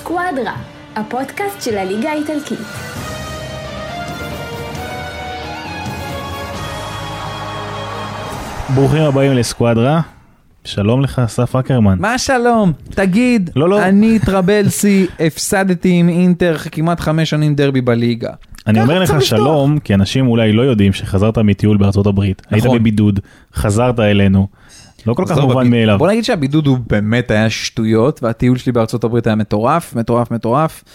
סקואדרה, הפודקאסט של הליגה האיטלקית. ברוכים הבאים לסקואדרה. שלום לך, אסף אקרמן. מה שלום? תגיד, אני טרבלסי, הפסדתי עם אינטר כמעט 5 שנים דרבי בליגה. אני אומר לך שלום, כי אנשים אולי לא יודעים שחזרת מטיול בארצות הברית. היית בבידוד, חזרת אלינו. לא כל כך מובן מאליו. בוא נגיד שהבידוד הוא באמת היה שטויות, והטיול שלי בארצות הברית היה מטורף, מטורף, מטורף.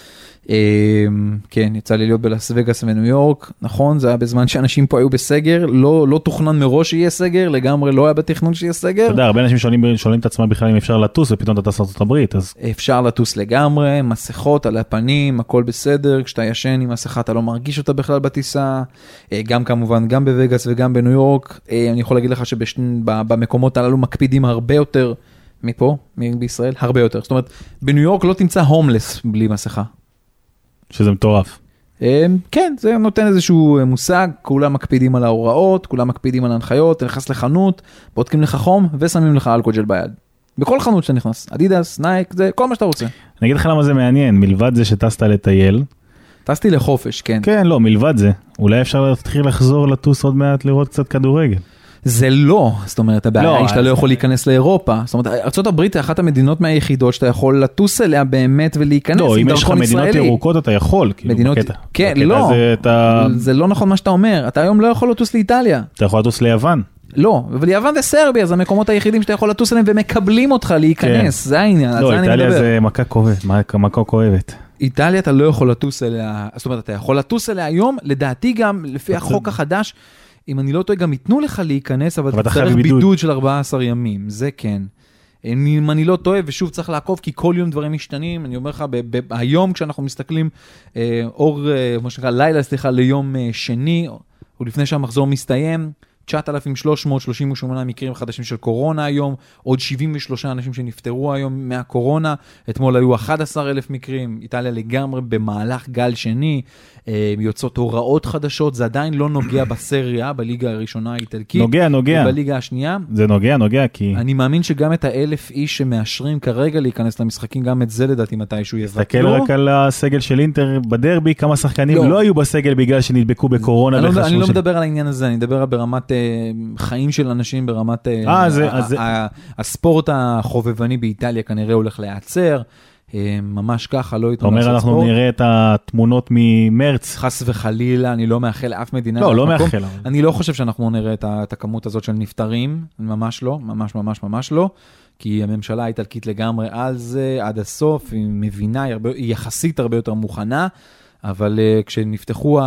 כן, יצא לי להיות בלאס וגאס וניו יורק, נכון, זה היה בזמן שאנשים פה היו בסגר, לא תוכנן מראש שיהיה סגר, לגמרי לא היה בתכנון שיהיה סגר. אתה יודע, הרבה אנשים שואלים את עצמם בכלל אם אפשר לטוס, ופתאום אתה טס לארצות הברית, אז... אפשר לטוס לגמרי, מסכות על הפנים, הכל בסדר, כשאתה ישן עם מסכה אתה לא מרגיש אותה בכלל בטיסה, גם כמובן, גם בווגאס וגם בניו יורק, אני יכול להגיד לך שבמקומות הללו מקפידים הרבה יותר מפה, בישראל, הרבה יותר. זאת אומרת, בניו יורק לא תמצא הומלס בלי מסכה. שזה מטורף. כן, זה נותן איזשהו מושג, כולם מקפידים על ההוראות, כולם מקפידים על ההנחיות, אתה נכנס לחנות, בודקים לך חום ושמים לך אלכוהול ג'ל ביד. בכל חנות שאתה נכנס, אדידס, נייק, זה כל מה שאתה רוצה. אני אגיד לך למה זה מעניין, מלבד זה שטסת לטייל. טסתי לחופש, כן. כן, לא, מלבד זה. אולי אפשר להתחיל לחזור לטוס עוד מעט לראות קצת כדורגל. זה לא, זאת אומרת, הבעיה היא שאתה לא יכול להיכנס לאירופה. זאת אומרת, ארצות הברית היא אחת המדינות מהיחידות שאתה יכול לטוס אליה באמת ולהיכנס. לא, אם יש לך מדינות ירוקות אתה יכול. כן, לא, זה לא נכון מה שאתה אומר. אתה היום לא יכול לטוס לאיטליה. אתה יכול לטוס ליוון. לא, אבל יוון וסרביה זה המקומות היחידים שאתה יכול לטוס אליהם ומקבלים אותך להיכנס. זה העניין. לא, איטליה זה מכה כואבת. מכה כואבת. איטליה אתה לא יכול לטוס אליה. זאת אומרת, אתה יכול לטוס אליה היום, לדעתי גם לפי החוק החדש, אם אני לא טועה, גם ייתנו לך להיכנס, אבל אתה צריך בידוד של 14 ימים, זה כן. אם אני לא טועה, ושוב צריך לעקוב, כי כל יום דברים משתנים, אני אומר לך, היום כשאנחנו מסתכלים, מה שנקרא, לילה, סליחה, ליום שני, ולפני שהמחזור מסתיים, 9,338 מקרים חדשים של קורונה היום, עוד 73 אנשים שנפטרו היום מהקורונה, אתמול היו 11,000 מקרים, איטליה לגמרי במהלך גל שני, יוצאות הוראות חדשות, זה עדיין לא נוגע בסריה, בליגה הראשונה האיטלקית. נוגע. בליגה השנייה. זה נוגע, כי... אני מאמין שגם את 1,000 איש שמאשרים כרגע להיכנס למשחקים, גם את זה לדעתי מתישהו יבטלו. תסתכל רק על הסגל של אינטר בדרבי, כמה שחקנים לא היו בסגל בגלל שנדבקו בקורונה. אני לא מדבר על העניין הזה, אני מדבר ברמת חיים של אנשים, ברמת הספורט החובבני באיטליה כנראה הולך להיעצר, ממש ככה, לא יתרון לעשות ספורט. אומר, אנחנו נראה את התמונות ממרץ. חס וחלילה, אני לא מאחל לאף מדינה. לא מאחל. אני לא חושב שאנחנו נראה את הכמות הזאת של נפטרים, ממש לא, ממש לא, כי הממשלה האיטלקית לגמרי על זה, עד הסוף, היא מבינה, היא יחסית הרבה יותר מוכנה, אבל כשנפתחו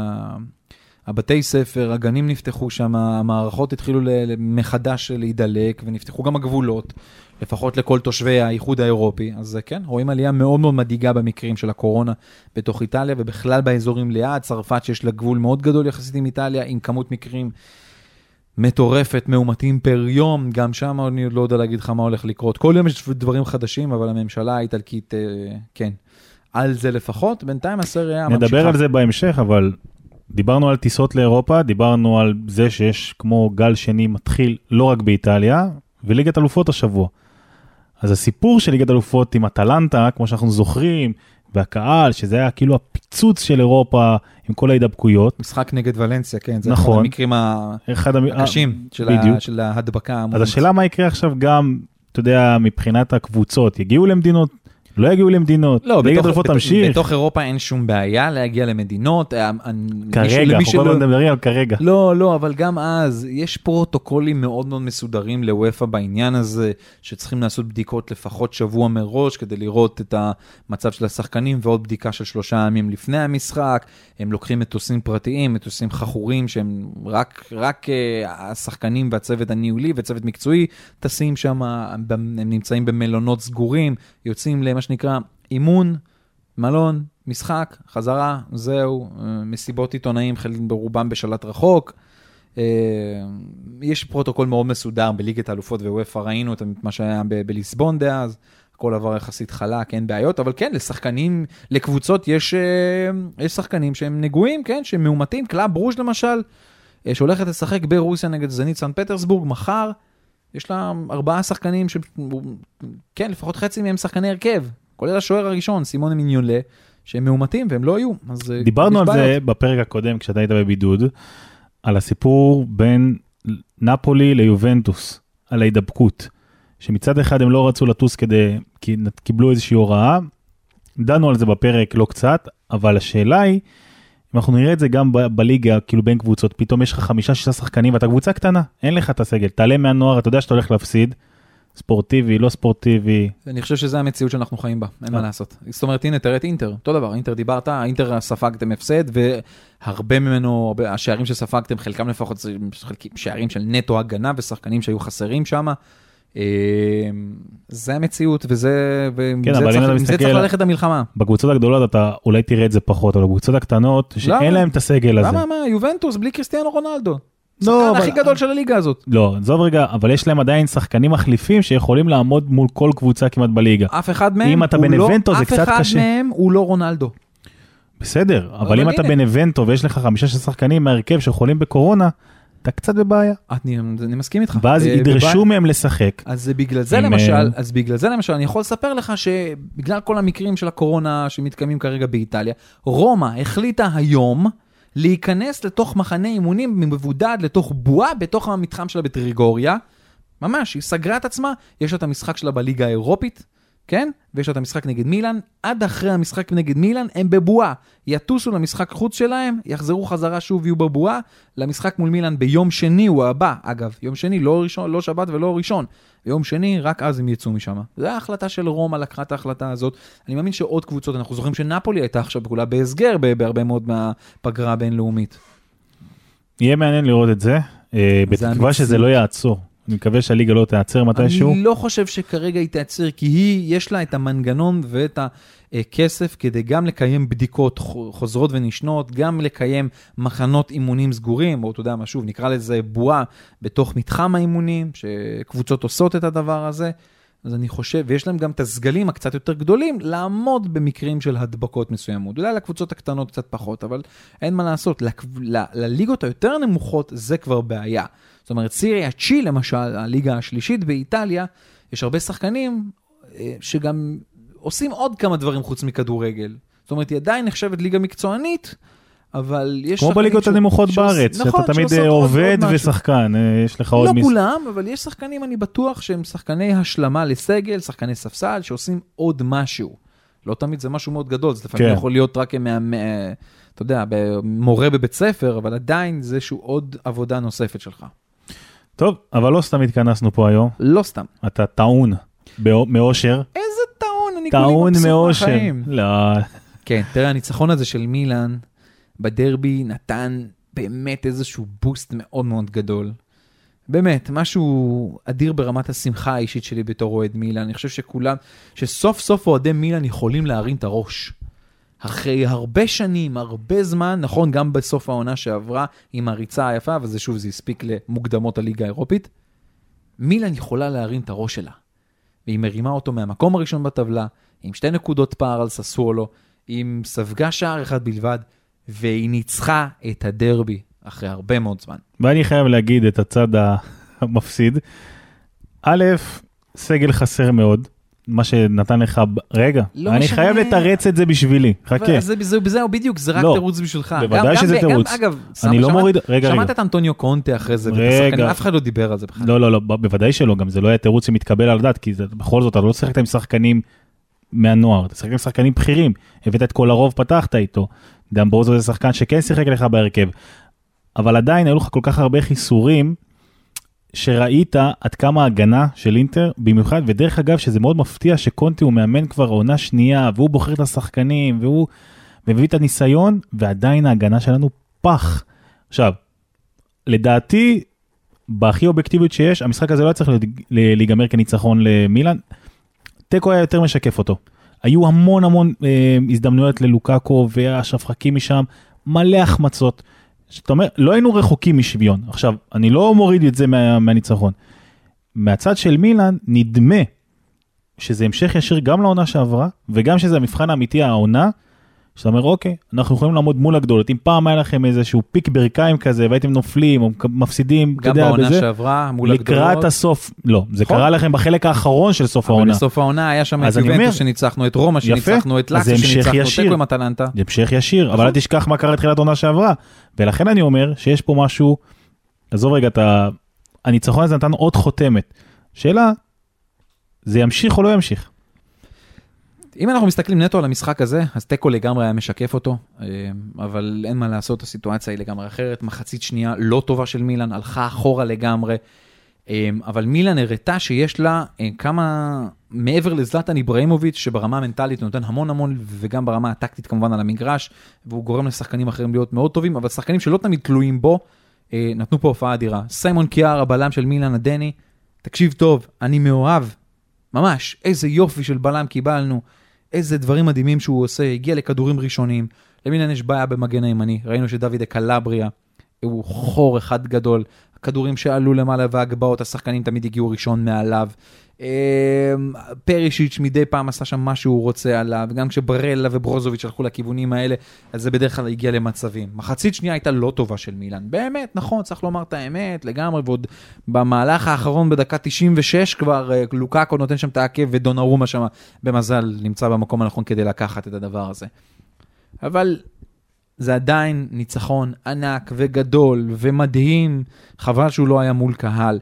הבתי ספר, הגנים נפתחו שם, המערכות התחילו מחדש להידלק, ונפתחו גם הגבולות, לפחות לכל תושבי האיחוד האירופי. אז כן, רואים עלייה מאוד מאוד מדאיגה במקרים של הקורונה בתוך איטליה, ובכלל באזורים ליד, צרפת שיש לה גבול מאוד גדול יחסית עם איטליה, עם כמות מקרים מטורפת, מאומתים פר יום, גם שם אני לא יודע להגיד לך מה הולך לקרות. כל יום יש דברים חדשים, אבל הממשלה האיטלקית, כן, על זה לפחות. בינתיים הסריה ממשיכה. נדבר על זה בהמשך, אבל... דיברנו על טיסות לאירופה, דיברנו על זה שיש כמו גל שני מתחיל לא רק באיטליה, וליגת אלופות השבוע. אז הסיפור של ליגת אלופות עם אטלנטה, כמו שאנחנו זוכרים, והקהל, שזה היה כאילו הפיצוץ של אירופה עם כל ההידבקויות. משחק נגד ולנסיה, כן, זה נכון. אחד המקרים הקשים של ההדבקה. אז השאלה מה יקרה עכשיו גם, אתה יודע, מבחינת הקבוצות, יגיעו למדינות, לא יגיעו למדינות, ליגת אלופות תמשיך. בתוך אירופה אין שום בעיה להגיע למדינות. כרגע, אנחנו כבר מדברים על כרגע. לא, אבל גם אז, יש פרוטוקולים מאוד מאוד מסודרים לוופא בעניין הזה, שצריכים לעשות בדיקות לפחות שבוע מראש, כדי לראות את המצב של השחקנים, ועוד בדיקה של 3 ימים לפני המשחק. הם לוקחים מטוסים פרטיים, מטוסים חכורים, שהם רק השחקנים והצוות הניהולי וצוות מקצועי, טסים שם, הם נמצאים במלונות סגורים, יוצאים למה שנקרא אימון, מלון, משחק, חזרה, זהו, מסיבות עיתונאים, ברובם בשלט רחוק. יש פרוטוקול מאוד מסודר בליגת האלופות ווופא, ראינו את מה שהיה בליסבון דאז, הכל עבר יחסית חלק, אין בעיות, אבל כן, לשחקנים, לקבוצות יש שחקנים שהם נגועים, כן, שהם מאומתים, קלאב ברוז' למשל, שהולכת לשחק ברוסיה נגד זנית סן פטרסבורג, מחר, יש לה 4 שחקנים, כן, לפחות חצי מהם שחקני הרכב, כולל השוער הראשון, סימון מיניולה, שהם מאומתים והם לא היו. דיברנו על זה בפרק הקודם, כשאתה היית בבידוד, על הסיפור בין נפולי ליובנטוס, על ההידבקות, שמצד אחד הם לא רצו לטוס כי קיבלו איזושהי הוראה, דנו על זה בפרק לא קצת, אבל השאלה היא, אם אנחנו נראה את זה גם בליגה, כאילו בין קבוצות, פתאום יש לך 5-6 שחקנים, ואתה קבוצה קטנה, אין לך את הסגל, תעלה מהנוער, אתה יודע שאתה הולך להפסיד, ספורטיבי, לא ספורטיבי. אני חושב שזה המציאות שאנחנו חיים בה, אין מה לעשות. זאת אומרת, הנה, תראה את אינטר, אותו דבר, אינטר דיברת, אינטר ספגתם הפסד, והרבה ממנו, השערים שספגתם, חלקם לפחות, שערים של נטו הגנה, ושחקנים שהיו חסרים שם, זה המציאות, וזה צריך ללכת למלחמה. בקבוצות הגדולות אתה אולי תראה את זה פחות, אבל בקבוצות הקטנות, שאין להם את הסגל הזה. למה? יובנטוס בלי קריסטיאנו רונלדו. שחקן הכי גדול של הליגה הזאת. לא, זוב רגע, אבל יש להם עדיין שחקנים מחליפים שיכולים לעמוד מול כל קבוצה כמעט בליגה. אף אחד מהם, אם אתה בנבנטו זה קצת קשה. מהם הוא לא רונלדו. בסדר, אבל אם אתה בנבנטו ויש לך 5 שחקנים מהרכב שיכולים בקורונה, אתה קצת בבעיה. אני מסכים איתך. ואז ידרשו מהם לשחק. אז בגלל זה למשל, אני יכול לספר לך שבגלל כל המקרים של הקורונה שמתקיימים כרגע באיטליה, רומא החליטה היום להיכנס לתוך מחנה אימונים מבודד, לתוך בועה, בתוך המתחם שלה בטריגוריה. ממש, היא סגרה את עצמה, יש את המשחק שלה בליגה האירופית, כן? ויש את המשחק נגד מילאן, עד אחרי המשחק נגד מילאן, הם בבועה. יטוסו למשחק חוץ שלהם, יחזרו חזרה שוב, יהיו בבועה, למשחק מול מילאן ביום שני הוא הבא. אגב, יום שני, לא שבת ולא ראשון. ביום שני, רק אז הם יצאו משם. זו ההחלטה של רומא, לקחה את ההחלטה הזאת. אני מאמין שעוד קבוצות, אנחנו זוכרים שנפולי הייתה עכשיו כולה בהסגר, בהרבה מאוד מהפגרה הבינלאומית. יהיה מעניין לראות את זה, בתקווה שזה לא יעצור. אני מקווה שהליגה לא תעצר מתישהו. אני לא חושב שכרגע היא תעצר, כי יש לה את המנגנון ואת הכסף כדי גם לקיים בדיקות חוזרות ונשנות, גם לקיים מחנות אימונים סגורים, או אתה יודע מה, שוב, נקרא לזה בועה בתוך מתחם האימונים, שקבוצות עושות את הדבר הזה. אז אני חושב, ויש להם גם את הסגלים הקצת יותר גדולים, לעמוד במקרים של הדבקות מסוימות. אולי לקבוצות הקטנות קצת פחות, אבל אין מה לעשות. לליגות היותר נמוכות זה כבר בעיה. זאת אומרת, סיריה צ'י, למשל, הליגה השלישית באיטליה, יש הרבה שחקנים שגם עושים עוד כמה דברים חוץ מכדורגל. זאת אומרת, היא עדיין נחשבת ליגה מקצוענית, אבל יש כמו בליגות הנמוכות בארץ, שאתה תמיד עובד ושחקן, יש לך עוד לא כולם, אבל יש שחקנים, אני בטוח, שהם שחקני השלמה לסגל, שחקני ספסל, שעושים עוד משהו. לא תמיד זה משהו מאוד גדול, זה לפעמים יכול להיות רק אתה יודע, מורה בבית ספר, אבל עדיין זה שהוא עוד עבודה נוספת שלך. טוב, אבל לא סתם התכנסנו פה היום. לא סתם. אתה טעון מאושר. איזה טעון? אני טעון מאושר. לא. כן, תראה, הניצחון הזה של מילאן בדרבי נתן באמת איזשהו בוסט מאוד מאוד גדול. באמת, משהו אדיר ברמת השמחה האישית שלי בתור אוהד מילאן. אני חושב שסוף סוף אוהדי מילאן יכולים להרים את הראש. אחרי הרבה שנים, הרבה זמן, נכון, גם בסוף העונה שעברה עם הריצה היפה, וזה שוב, זה הספיק למוקדמות הליגה האירופית, מילאן יכולה להרים את הראש שלה. והיא מרימה אותו מהמקום הראשון בטבלה, עם 2 נקודות פער על ססוולו, עם ספגה שער אחד בלבד, והיא ניצחה את הדרבי אחרי הרבה מאוד זמן. ואני חייב להגיד את הצד המפסיד. א', סגל חסר מאוד, מה שנתן לך, רגע, אני חייב לתרץ את זה בשבילי, חכה. זהו בדיוק, זה רק תירוץ בשבילך. בוודאי שזה תירוץ. אגב, אני לא מוריד, רגע. שמעת את אנטוניו קונטה אחרי זה, אף אחד לא דיבר על זה בכלל. לא, בוודאי שלא, גם זה לא היה תירוץ שמתקבל על דעת, כי בכל זאת, אתה לא שחקת עם שחקנים מהנוער, אתה שחקת עם שחקנים בכירים, הבאת את כל הרוב, פתחת איתו, דמברוזו זה שחקן שכן שיחק לך בהרכב, אבל עדיין היו לך כל כך הרבה חיסורים, שראית עד כמה ההגנה של אינטר, במיוחד, ודרך אגב שזה מאוד מפתיע שקונטי הוא מאמן כבר עונה שנייה, והוא בוחר את השחקנים, והוא מביא את הניסיון, ועדיין ההגנה שלנו פח. עכשיו, לדעתי, בהכי אובייקטיביות שיש, המשחק הזה לא צריך להיגמר כניצחון למילאן, טקו היה יותר משקף אותו. היו המון הזדמנויות ללוקאקו, והשפחקים משם, מלא החמצות, זאת אומרת, לא היינו רחוקים משוויון. עכשיו, אני לא מוריד את זה מהניצחון. מהצד של מילאן, נדמה שזה המשך ישיר גם לעונה שעברה, וגם שזה המבחן האמיתי העונה, שאתה אומר, אוקיי, אנחנו יכולים לעמוד מול הגדולות, אם פעם היה לכם איזשהו פיק ברכיים כזה, והייתם נופלים או מפסידים, גם בעונה שעברה מול הגדולות. לקראת הסוף, לא, זה קרה לכם בחלק האחרון של סוף העונה. אבל בסוף העונה היה שם את יובנטוס שניצחנו, את רומא שניצחנו, את לאציו שניצחנו, תיקו עם אטלנטה. זה המשך ישיר, אבל אל תשכח מה קרה תחילת העונה שעברה, ולכן אני אומר שיש פה משהו, עזוב רגע, הניצחון הזה נתן עוד חותמת. שאלה, זה ימשיך או לא ימשיך? אם אנחנו מסתכלים נטו על המשחק הזה, אז תיקו לגמרי היה משקף אותו, אבל אין מה לעשות, הסיטואציה היא לגמרי אחרת, מחצית שנייה לא טובה של מילאן, הלכה אחורה לגמרי, אבל מילאן הראתה שיש לה כמה, מעבר לזלטן איברהימוביץ' שברמה המנטלית נותן המון, וגם ברמה הטקטית כמובן על המגרש, והוא גורם לשחקנים אחרים להיות מאוד טובים, אבל שחקנים שלא תמיד תלויים בו, נתנו פה הופעה אדירה. סיימון קיאר, הבלם של מילאן הדני, תקשיב טוב, אני מאוהב, ממש, איזה יופי של בלם קיבלנו, איזה דברים מדהימים שהוא עושה, הגיע לכדורים ראשונים, למילאן יש בעיה במגן הימני, ראינו שדוד קלבריה, הוא חור אחד גדול, הכדורים שעלו למעלה והגבעות, השחקנים תמיד הגיעו ראשון מעליו, פרישיץ' מדי פעם עשה שם מה שהוא רוצה עליו, גם כשברלה וברוזוביץ' הלכו לכיוונים האלה, אז זה בדרך כלל הגיע למצבים. מחצית שנייה הייתה לא טובה של מילאן, באמת, נכון, צריך לומר את האמת, לגמרי, ועוד במהלך האחרון בדקה 96 כבר לוקאקו נותן שם את העקב, ודונרומה שם במזל נמצא במקום הנכון כדי לקחת את הדבר הזה. אבל זה עדיין ניצחון ענק וגדול ומדהים, חבל שהוא לא היה מול קהל.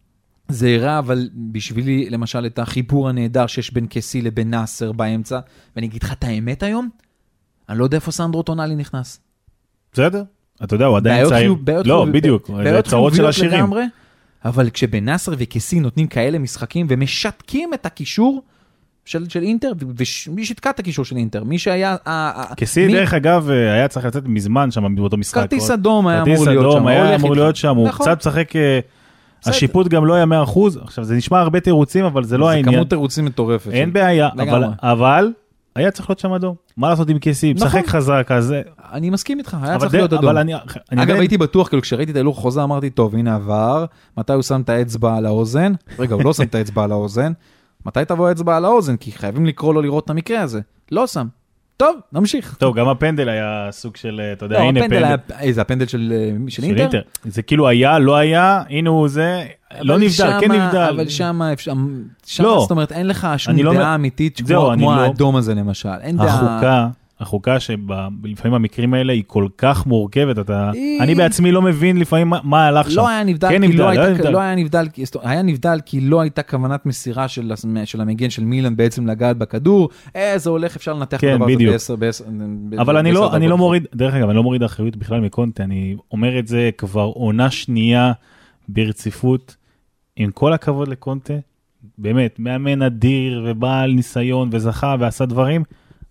זה הראה, אבל בשבילי, למשל, את החיבור הנהדר שיש בין קסי לבין נאסר באמצע, ואני אגיד לך את האמת היום, אני לא יודע איפה סנדרו טונאלי נכנס. בסדר, אתה יודע, הוא עדיין צעיר. לא, בדיוק, צרות של השירים. אבל כשבין נאסר וקסי נותנים כאלה משחקים, ומשתקים את הקישור של אינטר, ומי שתקע את הקישור של אינטר, מי שהיה... קסי, דרך אגב, היה צריך לצאת מזמן שם באותו משחק. כרטיס אדום היה אמור להיות שם. הוא קצת משחק... השיפוט גם לא היה 100%, עכשיו זה נשמע הרבה תירוצים, אבל זה לא העניין. זה כמות תירוצים מטורפת. אין בעיה, אבל היה צריך להיות שם אדום. מה לעשות עם קסי? משחק חזק, אז... אני מסכים איתך, היה צריך להיות אדום. אגב, הייתי בטוח, כשראיתי את ההילוך חוזה, אמרתי, טוב, הנה עבר, מתי הוא שם את האצבע על האוזן? רגע, הוא לא שם את האצבע על האוזן. מתי תבוא האצבע על האוזן? כי חייבים לקרוא לו לראות את המקרה הזה. לא שם. טוב, נמשיך. טוב, גם הפנדל היה סוג של, אתה יודע, הנה פנדל. איזה הפנדל של אינטר? זה כאילו היה, לא היה, הנה הוא זה, לא נבדל, כן נבדל. אבל שם, זאת אומרת, אין לך שום דעה אמיתית, כמו האדום הזה למשל. החוקה שלפעמים המקרים האלה היא כל כך מורכבת, אני בעצמי לא מבין לפעמים מה הלך שם. לא היה נבדל כי לא הייתה כוונת מסירה של המגן של מילאן בעצם לגעת בכדור, זה הולך, אפשר לנתח את הדבר הזה ב10. אבל אני לא מוריד, דרך אגב, אני לא מוריד אחריות בכלל מקונטה, אני אומר את זה כבר עונה שנייה ברציפות, עם כל הכבוד לקונטה, באמת, מאמן אדיר ובעל ניסיון וזכה ועשה דברים,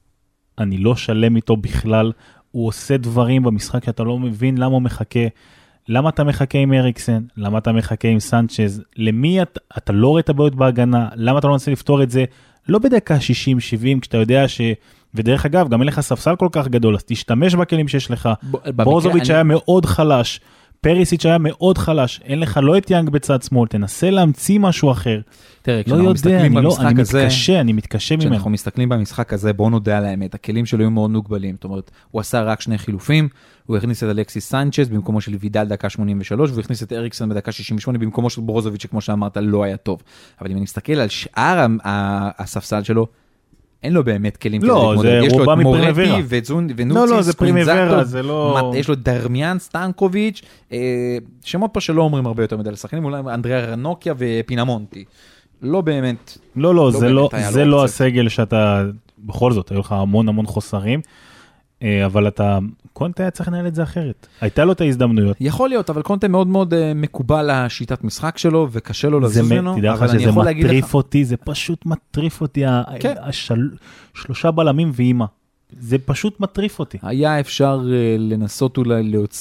אני לא שלם איתו בכלל, הוא עושה דברים במשחק שאתה לא מבין למה הוא מחכה, למה אתה מחכה עם אריקסן, למה אתה מחכה עם סנצ'ז, למי אתה לא רואה את הבעיות בהגנה, למה אתה לא רוצה לפתור את זה, לא בדקה 60-70, כשאתה יודע ודרך אגב, גם אין לך ספסל כל כך גדול, אז תשתמש בכלים שיש לך, ברוזוביץ' היה מאוד חלש, פריסיץ' היה מאוד חלש, אין לך לא את יאנג בצד שמאל, תנסה להמציא משהו אחר. תראה, כשאנחנו מסתכלים במשחק הזה, אני מתקשה ממנו. כשאנחנו מסתכלים במשחק הזה, בואו נודע על האמת, הכלים שלו היו מאוד מוגבלים, זאת אומרת, הוא עשה רק 2 חילופים, הוא הכניס את אלכסיס סנצ'ז במקומו של וידל דקה 83, והוא הכניס את אריקסן בדקה 68 במקומו של ברוזוביץ' שכמו שאמרת לא היה טוב. אבל אם אני מסתכל על שאר הספסל שלו, אין לו באמת כלים כדי להתמודד. יש לו את מורטי ונוצי, ספרינזקטו, יש לו דרמיאן, סטנקוביץ', שמות פה שלא אומרים הרבה יותר מדי לשחקנים, אולי אנדריה רנוקיה ופינמונטי. לא באמת. לא, זה לא הסגל שאתה, בכל זאת, היו לך המון חוסרים, אבל קונטה היה צריך לנהל את זה אחרת. הייתה לו את ההזדמנויות. יכול להיות, אבל קונטה מאוד מאוד מקובל לשיטת משחק שלו, וקשה לו לזוז ממנו. תדע לך שזה מטריף אותי, זה פשוט מטריף אותי, 3 בלמים ואימא. זה פשוט מטריף אותי. היה אפשר לנסות אולי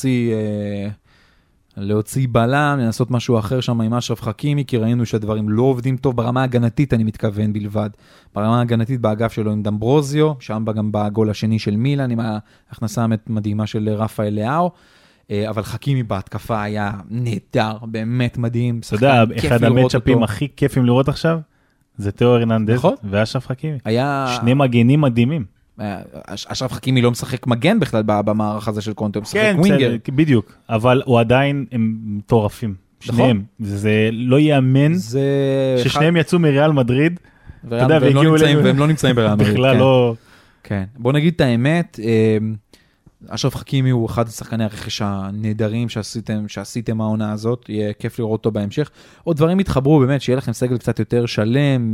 להוציא בלם, לנסות משהו אחר שם עם אשרף חכימי, כי ראינו שהדברים לא עובדים טוב, ברמה הגנתית אני מתכוון בלבד. ברמה הגנתית באגף שלו עם דמברוזיו, שם גם בגול השני של מילאן, עם ההכנסה המדהימה של רפאל לאו, אבל חכימי בהתקפה היה נהדר, באמת מדהים. אתה יודע, אחד המאצ'אפים הכי כיפים לראות עכשיו, זה תיאו הרננדז ואשרף חכימי. 2 מגנים מדהימים. אשרף חכימי לא משחק מגן בכלל במערך הזה של קונטה, הוא משחק ווינגר. כן, בדיוק, אבל הוא עדיין, הם מטורפים, שניהם. זה לא ייאמן ששניהם יצאו מריאל מדריד, והם לא נמצאים בריאל מדריד. בכלל לא... כן, בוא נגיד את האמת, אשרף חכימי הוא אחד השחקני הרכש הנהדרים שעשיתם העונה הזאת, יהיה כיף לראות אותו בהמשך. עוד דברים התחברו באמת, שיהיה לכם סגל קצת יותר שלם,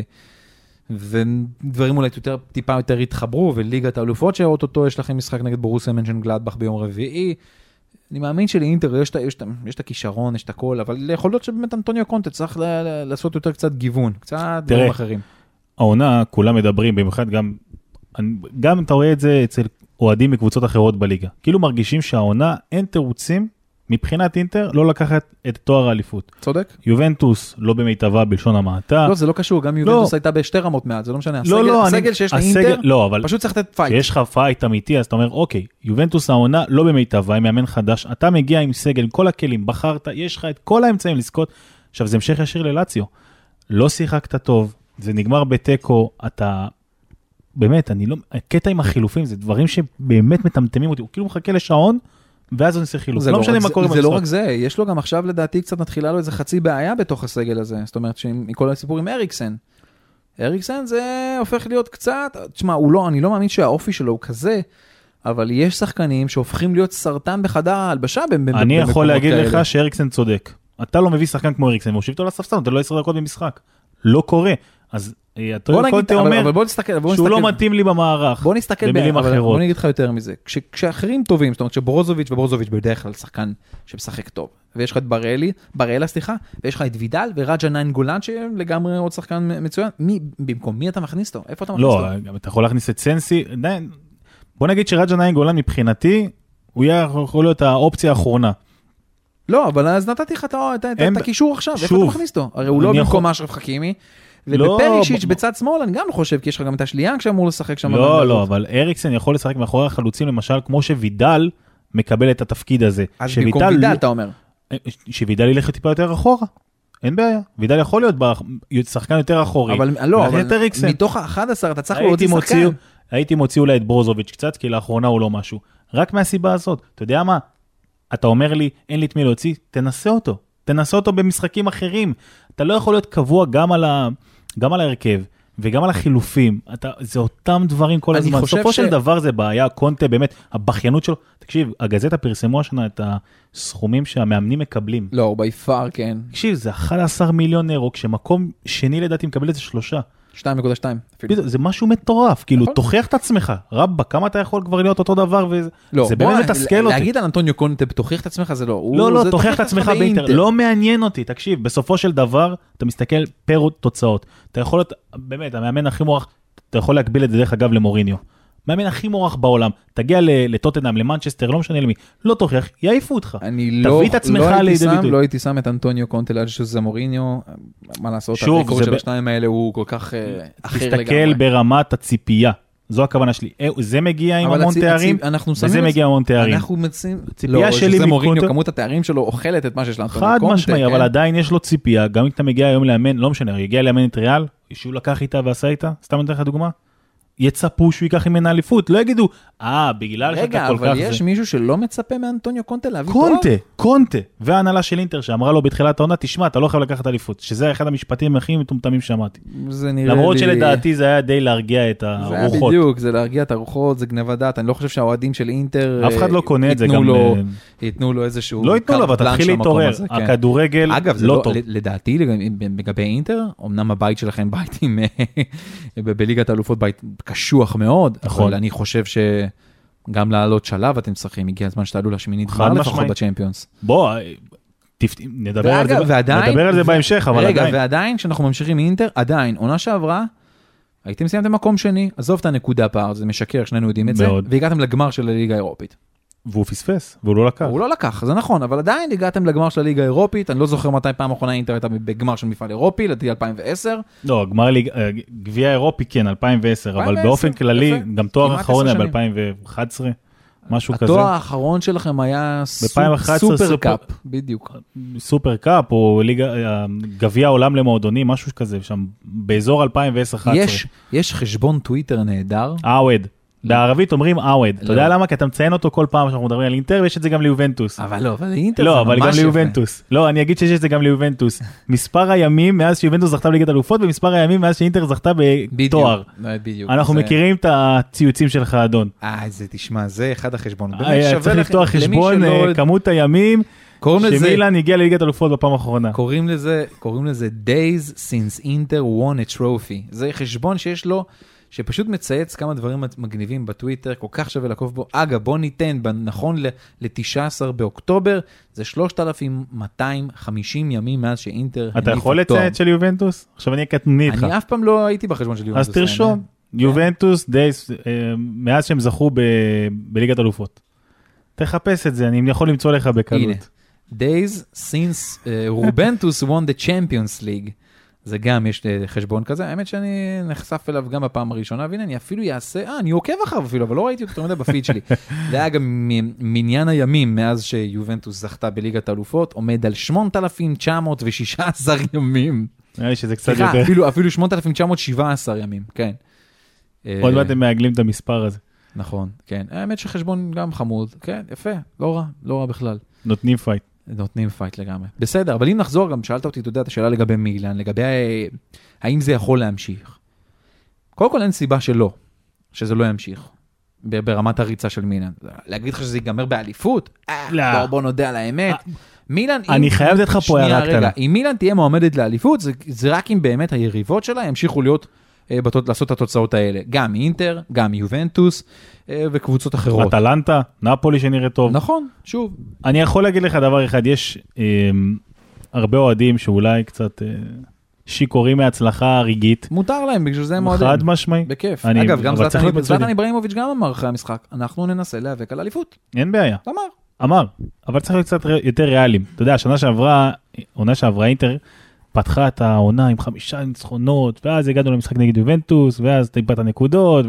ודברים אולי טיפה יותר התחברו, וליגת האלופות שרואות אותו, יש לכם משחק נגד בורוסיה מנשנגלדבך ביום רביעי. אני מאמין שלאינטר יש את הכישרון, יש את הכל, אבל יכול להיות שבאמת אנטוניו קונטה צריך לעשות יותר קצת גיוון, קצת דברים אחרים. העונה, כולם מדברים, במיוחד גם אתה רואה את זה אצל אוהדים מקבוצות אחרות בליגה. כאילו מרגישים שהעונה אין תירוצים, מבחינת אינטר, לא לקחת את תואר האליפות. צודק. יובנטוס לא במיטבה בלשון המעטה. לא, זה לא קשור, גם יובנטוס הייתה בשתי רמות מעט, זה לא משנה. הסגל שיש לאינטר, פשוט צריך לתת פייט. כשיש לך פייט אמיתי, אז אתה אומר, אוקיי, יובנטוס העונה לא במיטבה, עם מאמן חדש, אתה מגיע עם סגל, כל הכלים, בחרת, יש לך את כל האמצעים לזכות. עכשיו, זה המשך ישיר ללאציו. לא שיחקת טוב, זה נגמר בטקו, אתה באמת, הקטע עם החילופים, זה דברים שבאמת מטמטמים אותי. הוא כאילו מחכה לשעון, ואז הוא נעשה חילוף. לא משנה מה קורה במשחק. זה לא רק זה, יש לו גם עכשיו לדעתי קצת מתחילה לו איזה חצי בעיה בתוך הסגל הזה. זאת אומרת, מכל הסיפור עם אריקסן. אריקסן זה הופך להיות קצת, תשמע, אני לא מאמין שהאופי שלו הוא כזה, אבל יש שחקנים שהופכים להיות סרטן בחדר ההלבשה. אני יכול להגיד לך שאריקסן צודק. אתה לא מביא שחקן כמו אריקסן, והוא שיב אותו לספסל, אתה לא 10 דקות במשחק. לא קורה. אז קונטה אומר שהוא לא מתאים לי במערך. בוא נסתכל בוא נגיד לך יותר מזה. כשאחרים טובים, זאת אומרת שברוזוביץ' בדרך כלל שחקן שמשחק טוב, ויש לך את בראלה, ויש לך את וידל ורג'ה ניינגולן שלגמרי עוד שחקן מצוין. במקום מי אתה מכניס אותו? איפה אתה מכניס אותו? לא, אתה יכול להכניס את סנסי. בוא נגיד שרג'ה ניינגולן מבחינתי, הוא יכול להיות האופציה האחרונה. לא, אבל אז נתתי לך את הקישור עכשיו. איפה אתה מכניס אותו? הרי הוא לא במקום אשרף חכימי. ובפרישיץ' בצד שמאל, אני גם לא חושב, כי יש לך גם את השליאנק שאמור לשחק שם. לא, אבל אריקסן יכול לשחק מאחורי החלוצים, למשל, כמו שווידל מקבל את התפקיד הזה. אז במקום וידל, אתה אומר. שווידל ילך טיפה יותר אחורה. אין בעיה. וידל יכול להיות שחקן יותר אחורי. אבל לא, מתוך ה-11 אתה צריך להוציא שחקן. הייתי מוציא אולי את ברוזוביץ' קצת, כי לאחרונה הוא לא משהו. רק מהסיבה הזאת. אתה יודע מה? אתה אומר לי, אין לי את מי להוציא, תנסה אותו. תנסה אותו במשחקים אחרים. אתה לא יכול להיות קבוע גם על ההרכב, וגם על החילופים. זה אותם דברים כל הזמן. סופו של דבר זה בעיה, קונטה באמת, הבחיינות שלו. תקשיב, הגזטה פרסמו השנה את הסכומים שהמאמנים מקבלים. לא, ביפר, כן. תקשיב, זה 11 מיליון אירו, כשמקום שני לדעתי מקבל את זה 3. 2.2. זה משהו מטורף, כאילו תוכיח את עצמך, רבא, כמה אתה יכול כבר להיות אותו דבר, וזה באמת מתסכל אותי. להגיד על אנטוניו קונטה, תוכיח את עצמך, זה לא. לא, תוכיח את עצמך באינטר, לא מעניין אותי, תקשיב, בסופו של דבר, אתה מסתכל פר תוצאות, אתה יכול להיות, באמת, המאמן הכי מוערך, אתה יכול להקביל את זה דרך אגב למוריניו, מאמן הכי מוערך בעולם, תגיע לטוטנהאם, למנצ'סטר, לא משנה למי, לא תוכיח, יעיפו אותך. תביא את עצמך לידי ביטוי. לא הייתי שם את אנטוניו קונטה ליד שזה מוריניו, מה לעשות, הרקורד של השניים האלה הוא כל כך אחר לגמרי. תסתכל ברמת הציפייה, זו הכוונה שלי. זה מגיע עם המון תארים, וזה מגיע עם המון תארים. אנחנו מציעים, ציפייה שלי מוריניו, כמות התארים שלו אוכלת את מה שיש לאנטוניו קונטה. חד משמעי, אבל עדיין יש לו ציפייה, גם אם אתה מגיע היום לאמן, לא משנה, יגיע לאמן את ריאל, שהוא לקח איתה ועשה איתה, סתם נתן לך דוגמה. יצפו שהוא ייקח ממנה אליפות, לא יגידו, בגלל שאתה כל כך... רגע, אבל יש מישהו שלא מצפה מאנטוניו קונטה להביא תואר? קונטה, וההנהלה של אינטר שאמרה לו בתחילת העונה, תשמע, אתה לא חייב לקחת אליפות, שזה אחד המשפטים הכי מטומטמים שמעתי. למרות שלדעתי זה היה די להרגיע את הרוחות. זה היה בדיוק, זה להרגיע את הרוחות, זה גנבת דעת, אני לא חושב שהאוהדים של אינטר... אף אחד לא קונה את זה גם... ייתנו לו איזשהו... לא ייתנו לו, אבל תתחיל להתעורר. הכדורגל לא טוב. לדעתי, לגבי אינטר, אמנם הבית שלכם בית עם בליגת האלופות בית קשוח מאוד, אבל אני חושב שגם לעלות שלב אתם צריכים, הגיע הזמן שתעלו לשמינית גמר לפחות בצ'מפיונס. בוא, נדבר על זה בהמשך, אבל עדיין. רגע, ועדיין, כשאנחנו ממשיכים מאינטר, עדיין, עונה שעברה, הייתם סיימתם מקום שני, עזוב את הנקודה פער, זה משקר, שנינו יודעים את זה, והגעתם לגמר של הליגה האירופית. והוא פספס, והוא לא לקח. הוא לא לקח, זה נכון, אבל עדיין הגעתם לגמר של הליגה האירופית, אני לא זוכר מתי פעם אחרונה אינטר הייתה בגמר של מפעל אירופי, לדעתי 2010. לא, גביע האירופי כן, 2010, אבל באופן כללי, גם תואר האחרון היה ב-2011, משהו כזה. התואר האחרון שלכם היה סופר קאפ, בדיוק. סופר קאפ, או גביע העולם למועדונים, משהו כזה, שם באזור 2010-2011. יש חשבון טוויטר נהדר. אוהד. בערבית אומרים אוהד. אתה יודע למה? כי אתה מציין אותו כל פעם שאנחנו מדברים על אינטר, ויש את זה גם ליובנטווס. אבל לא, אבל אינטר זה לא, אבל ממש גם יפה. ליובנטוס. לא, אני אגיד שיש את זה גם ליובנטוס. מספר הימים מאז שיובנטוס זכתה בליגת אלופות, ומספר הימים מאז שאינטר זכתה בתואר. בדיוק. אנחנו מכירים את הציוצים שלך, אדון. זה תשמע, זה אחד החשבון. צריך לפתוח חשבון, כמות הימים שמילאן הגיע לליגת אלופות בפעם האחרונה. קוראים לזה Days since Inter won a trophy. זה חשבון שיש לו, שפשוט מצייץ כמה דברים מגניבים בטוויטר, כל כך שווה לעקוב בו. אגב, בוא ניתן, נכון ל-19 באוקטובר, זה 3,250 ימים מאז שאינטר... אתה יכול לציית של יובנטוס? עכשיו אני קטנוני איתך. אני אף פעם לא הייתי בחשבון של יובנטוס. אז תרשום, יובנטוס, מאז שהם זכו בליגת אלופות. תחפש את זה, אני יכול למצוא לך בקלות. הנה, Days since Juventus won the Champions League. זה גם, יש חשבון כזה, האמת שאני נחשף אליו גם בפעם הראשונה, והנה אני אפילו יעשה, אני עוקב אחריו אפילו, אבל לא ראיתי אותו יותר מדי בפיד שלי. זה היה גם מניין הימים מאז שיובנטוס זכתה בליגת האלופות, עומד על 8,916 ימים. נראה לי שזה קצת יותר. אפילו 8,917 ימים, כן. עוד מעט הם מעגלים את המספר הזה. נכון, כן. האמת שחשבון גם חמוד, כן, יפה, לא רע בכלל. נותנים פייט. נותנים פייט לגמרי. בסדר, אבל אם נחזור, גם שאלת אותי, אתה יודע, את השאלה לגבי מילאן, לגבי האם זה יכול להמשיך. קודם כל אין סיבה שלא, שזה לא ימשיך, ברמת הריצה של מילאן. להגיד לך שזה ייגמר באליפות? בוא נודה על האמת. מילאן, אני חייב לתת לך פה הערה קטנה. אם מילאן תהיה מועמדת לאליפות, זה רק אם באמת היריבות שלה ימשיכו להיות, לעשות את התוצאות האלה. גם אינטר, גם יובנטוס, וקבוצות אחרות. אטלנטה, נפולי שנראה טוב. נכון, שוב. אני יכול להגיד לך דבר אחד, יש הרבה אוהדים שאולי קצת שיקורים מהצלחה רגעית. מותר להם, בגלל זה הם אוהדים. חד משמעי. בכיף. אגב, גם זלטן איברהימוביץ' גם אמר אחרי המשחק, אנחנו ננסה להיאבק על אליפות. אין בעיה. אמר. אבל צריך להיות קצת יותר ריאליים. אתה יודע, עונה שעברה אינטר, פתחה את העונה עם 5 ניצחונות, ואז הגענו למשחק נגד יובנטוס, ואז טיפת הנקודות,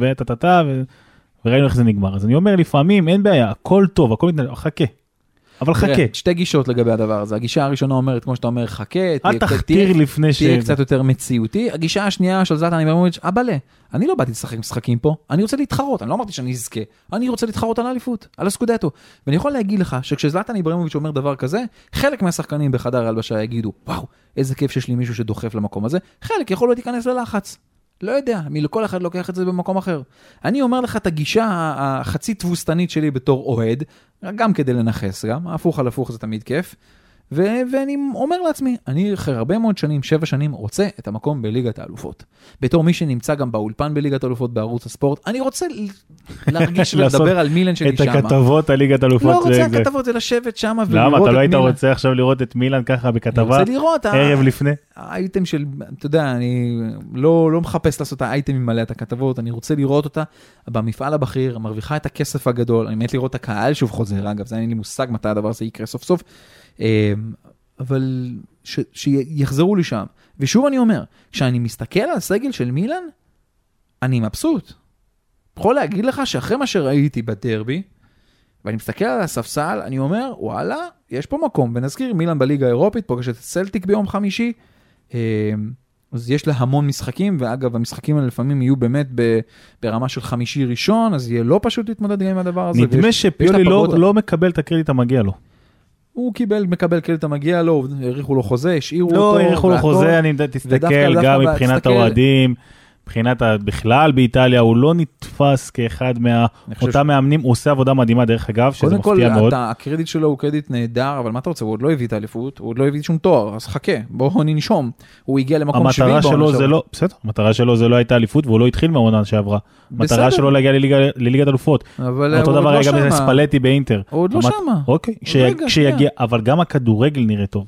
וראינו איך זה נגמר. אז אני אומר, לפעמים אין בעיה, הכל טוב, הכל מתנהל, חכה. אבל חכה. שתי גישות לגבי הדבר הזה. הגישה הראשונה אומרת, כמו שאתה אומר, חכה, אל תחתיר לפני תהיה קצת יותר מציאותי. הגישה השנייה של זלטן איברהימוביץ', אבאלה, אני לא באתי לשחק משחקים פה, אני רוצה להתחרות, אני לא אמרתי שאני אזכה, אני רוצה להתחרות על האליפות, על הסקודטו. ואני יכול להגיד לך שכשזלטן איברהימוביץ' אומר דבר כזה, חלק מהשחקנים בחדר ההלבשה יגידו, וואו, איזה כיף שיש לי מישהו שדוחף למקום הזה. חלק יכול להיות להיכנס ללחץ. לא יודע, לכל אחד לוקח את זה במקום אחר. אני אומר לך את הגישה החצי תבוסתנית שלי בתור אוהד, גם כדי לנחס גם, הפוך על הפוך זה תמיד כיף, ואני אומר לעצמי, אני אחרי הרבה מאוד שנים, 7 שנים, רוצה את המקום בליגת האלופות. בתור מי שנמצא גם באולפן בליגת האלופות בערוץ הספורט, אני רוצה להרגיש ולדבר על מילאן שלי שם. את הכתבות על ליגת האלופות. לא רוצה הכתבות, זה לשבת שם ולראות את מילאן. למה? אתה לא היית רוצה עכשיו לראות את מילאן ככה בכתבה ערב לפני? האייטם של, אתה יודע, אני לא מחפש לעשות את האייטמים מלא את הכתבות, אני רוצה לראות אותה במפעל הבכיר, מרוויחה את הכסף הגדול, אני מת לראות את הקהל שוב חוזר, אגב, זה אין לי מושג מתי הדבר הזה יקרה סוף סוף. אבל שיחזרו לי שם. ושוב אני אומר, כשאני מסתכל על הסגל של מילאן, אני מבסוט. יכול להגיד לך שאחרי מה שראיתי בדרבי, ואני מסתכל על הספסל, אני אומר, וואלה, יש פה מקום. ונזכיר, מילאן בליגה האירופית, פוגשת את סלטיק ביום חמישי, אז יש לה המון משחקים, ואגב, המשחקים האלה לפעמים יהיו באמת ברמה של חמישי ראשון, אז יהיה לא פשוט להתמודד עם הדבר הזה. נדמה שפיולי לא מקבל את הקרדיט המגיע לו. הוא מקבל קרדיט המגיע לו, העריכו לו חוזה, השאירו אותו. לא, העריכו לו חוזה, אני תסתכל גם מבחינת האוהדים, מבחינת בכלל באיטליה, הוא לא נתפס כאחד מאותם מאמנים, הוא עושה עבודה מדהימה דרך אגב, שזה מפתיע מאוד. קודם כל, הקרדיט שלו הוא קרדיט נהדר, אבל מה אתה רוצה? הוא עוד לא הביא את האליפות, הוא עוד לא הביא שום תואר, אז חכה, בואו ננשום. הוא הגיע למקום 70 בעונה שעברה. בסדר, המטרה שלו זה לא הייתה אליפות, והוא לא התחיל מהעונה שעברה. המטרה שלו להגיע לליגת אלופות. אותו דבר היה גם ספלטי באינטר. הוא עוד לא שמה. אוקיי, כשיגיע, אבל גם הכדורגל נראה טוב.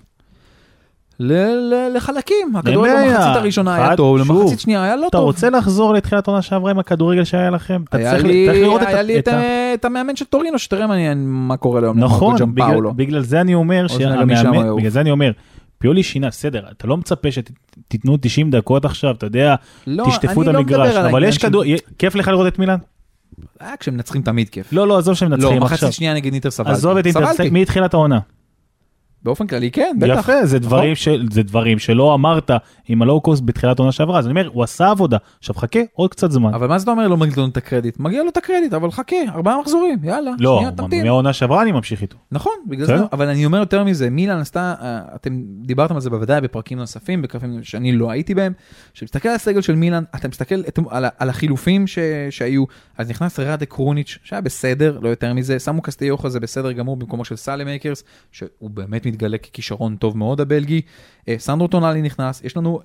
לחלקים, הכדורגל במחצית הראשונה היה טוב, למחצית שנייה היה לא טוב. אתה רוצה לחזור לתחילת עונה שעברה עם הכדורגל שהיה לכם? היה לי את המאמן של טורינו, שתראה מה קורה היום. נכון, בגלל זה אני אומר, פיולי שינה, בסדר, אתה לא מצפה שתיתנו 90 דקות עכשיו, אתה יודע, תשטפו את המגרש, אבל יש כדורגל, כיף לך לראות את מילאן? כשהם מנצחים תמיד כיף. לא, עזוב שהם מנצחים לא, עכשיו. מחצית שנייה נגד ניטר סבלתי. עזוב את אינטר, מי התחילת העונה? באופן כללי, כן, בטח. יפה, זה דברים שלא אמרת עם הלואו-קוסט בתחילת העונה שעברה, אז אני אומר, הוא עשה עבודה, עכשיו חכה עוד קצת זמן. אבל מה זה אתה אומר, לא מגיע לו את הקרדיט? מגיע לו את הקרדיט, אבל חכה, 4 מחזורים, יאללה, לא, שנייה, תמתין. מהעונה שעברה אני ממשיך איתו. נכון, בגלל זה, אבל אני אומר יותר מזה, מילאן עשתה, אתם דיברתם על זה בוודאי בפרקים נוספים, בקרבים שאני לא הייתי בהם, שמסתכל על הסגל של מילאן, אתה מסתכל על החילופים שהיו, אז נכנס רדה קרוניץ' שהיה בסדר, לא יותר מזה, שמו קסטיוח הזה בסדר גמור במקומו של סאלמייקרס, שהוא באמת מתגלה ככישרון טוב מאוד הבלגי, סנדרו טונאלי נכנס, יש לנו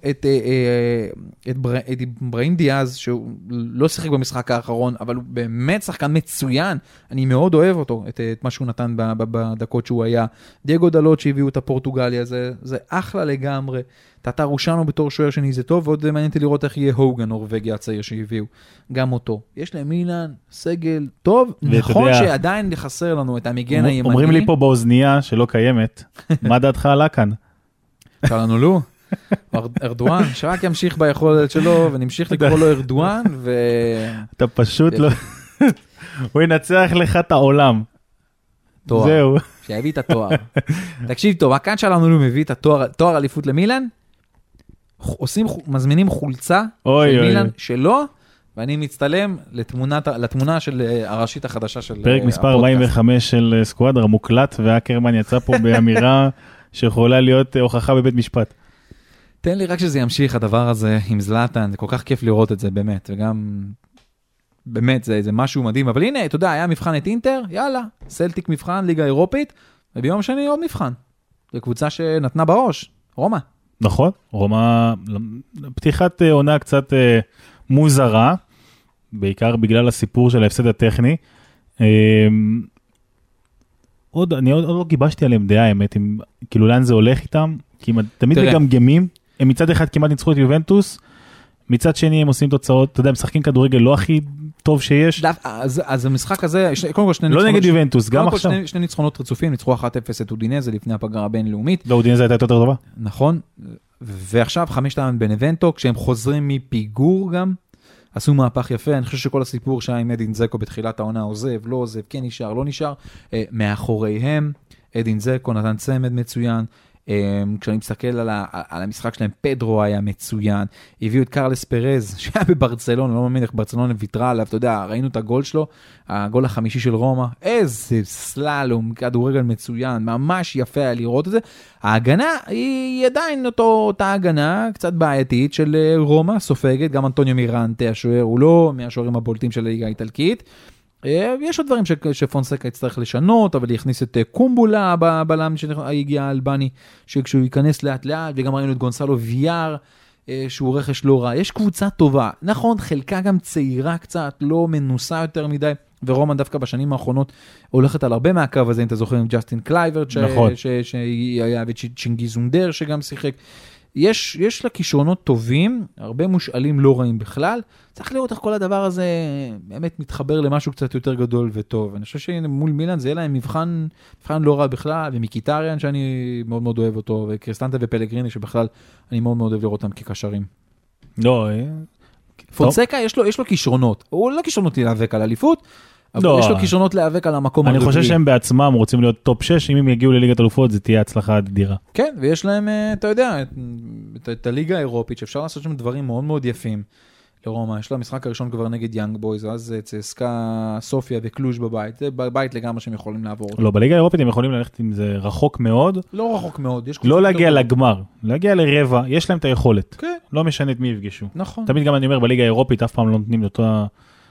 את בראים דיאז, שהוא לא שיחק במשחק האחרון, אבל הוא באמת שחקן מצוין, אני מאוד אוהב אותו, את מה שהוא נתן בדקות שהוא היה, דייגו דלות שהביאו את הפורטוגליה, זה אחלה לגמרי, טאטה רושנו בתור שוער שני זה טוב, ועוד מעניין אותי לראות איך יהיה הוגן, נורווגיה הצעיר שהביאו, גם אותו. יש להם מילאן, סגל טוב, נכון שעדיין חסר לנו את המגן הימני. אומרים לי פה באוזנייה שלא קיימת, מה דעתך עלה כאן? אפשר לנו לא? ארדואן, שרק ימשיך ביכולת שלו, ונמשיך לקרוא לו ארדואן, אתה פשוט לא... הוא ינצח לך את העולם. זהו. שיביא את התואר. תקשיב טוב, הכאן שלנו לא מביא את התואר אליפות למילאן, מזמינים חולצה של מילאן שלו, ואני מצטלם לתמונה של הראשית החדשה של פרק מספר 45 של סקואדר המוקלט, והאקרמן יצא פה באמירה שיכולה להיות הוכחה בבית משפט. תן לי רק שזה ימשיך הדבר הזה עם זלאטן, זה כל כך כיף לראות את זה באמת, וגם באמת זה משהו מדהים, אבל הנה, אתה יודע, היה מבחן את אינטר, יאללה, סלטיק מבחן, ליגה אירופית, וביום שני עוד מבחן. זו קבוצה שנתנה בראש, רומא. נכון, רומא, פתיחת עונה קצת מוזרה, בעיקר בגלל הסיפור של ההפסד הטכני. אני עוד לא גיבשתי עליהם דעה, האמת, כאילו לאן זה הולך איתם, כי הם תמיד מגמגמים, הם מצד אחד כמעט ניצחו את יובנטוס, מצד שני הם עושים תוצאות, אתה יודע, הם משחקים כדורגל לא הכי טוב שיש. אז המשחק הזה, קודם כל שני ניצחונות, לא נגד יובנטוס, גם עכשיו. שני ניצחונות רצופים, ניצחו 1-0 את אודינזה לפני הפגרה הבינלאומית. לא, אודינזה הייתה יותר טובה. נכון, ועכשיו 5-2 בנבנטו, כשהם חוזרים מפיגור גם, עשו מהפך יפה, אני חושב שכל הסיפור שהיה עם אדין זקו בתחילת העונה, עוזב, לא עוזב, כן נשאר, לא נשאר, מאחוריהם, אדין זקו נתן צמד מצוין, כשאני מסתכל על המשחק שלהם, פדרו היה מצוין, הביאו את קרלס פרז, שהיה בברצלונה, לא מאמין איך ברצלונה ויתרה עליו, אתה יודע, ראינו את הגול שלו, הגול החמישי של רומא, איזה סללום, כדורגל מצוין, ממש יפה היה לראות את זה, ההגנה היא עדיין אותה הגנה, קצת בעייתית של רומא, סופגת, גם אנטוניו מירנטה, השוער, הוא לא מהשוערים הבולטים של הליגה האיטלקית, יש עוד דברים שפונסקה יצטרך לשנות, אבל יכניס את קומבולה בבלם שהגיע האלבני, שכשהוא ייכנס לאט לאט, וגם ראינו את גונסלו ויאר, שהוא רכש לא רע. יש קבוצה טובה, נכון, חלקה גם צעירה קצת, לא מנוסה יותר מדי, ורומא דווקא בשנים האחרונות הולכת על הרבה מהקו הזה, אם אתה זוכר עם ג'סטין קלייברט, שהיה וצ'ינגיז אונדר שגם שיחק. יש לה כישרונות טובים, הרבה מושאלים לא רעים בכלל, צריך לראות איך כל הדבר הזה באמת מתחבר למשהו קצת יותר גדול וטוב. אני חושב שמול מילאן זה יהיה להם מבחן לא רע בכלל, ומיקיטריאן שאני מאוד מאוד אוהב אותו, וקריסטנטה ופלגריני שבכלל אני מאוד מאוד אוהב לראות אותם כקשרים. לא, פונסקה יש לו כישרונות, הוא לא כישרונות להיאבק על אליפות, אבל יש לו כישרונות להיאבק על המקום הרביעי. אני חושב שהם בעצמם רוצים להיות טופ 6, אם הם יגיעו לליגת אלופות זה תהיה הצלחה אדירה. כן, ויש להם, אתה יודע, את הליגה האירופית, שאפשר לעשות שם דברים מאוד מאוד יפים לרומא. יש לה משחק הראשון כבר נגד יאנג בויז, אז צסקה, סופיה וקלוז' בבית, זה בבית לגמרי שהם יכולים לעבור. לא, בליגה האירופית הם יכולים ללכת עם זה רחוק מאוד. לא רחוק מאוד. לא להגיע לגמר, להגיע לרבע, יש להם את היכולת. לא משנה את מי יפגשו. נכון. תמיד גם אני אומר, בליגה האירופית אף פעם לא נותנים אותה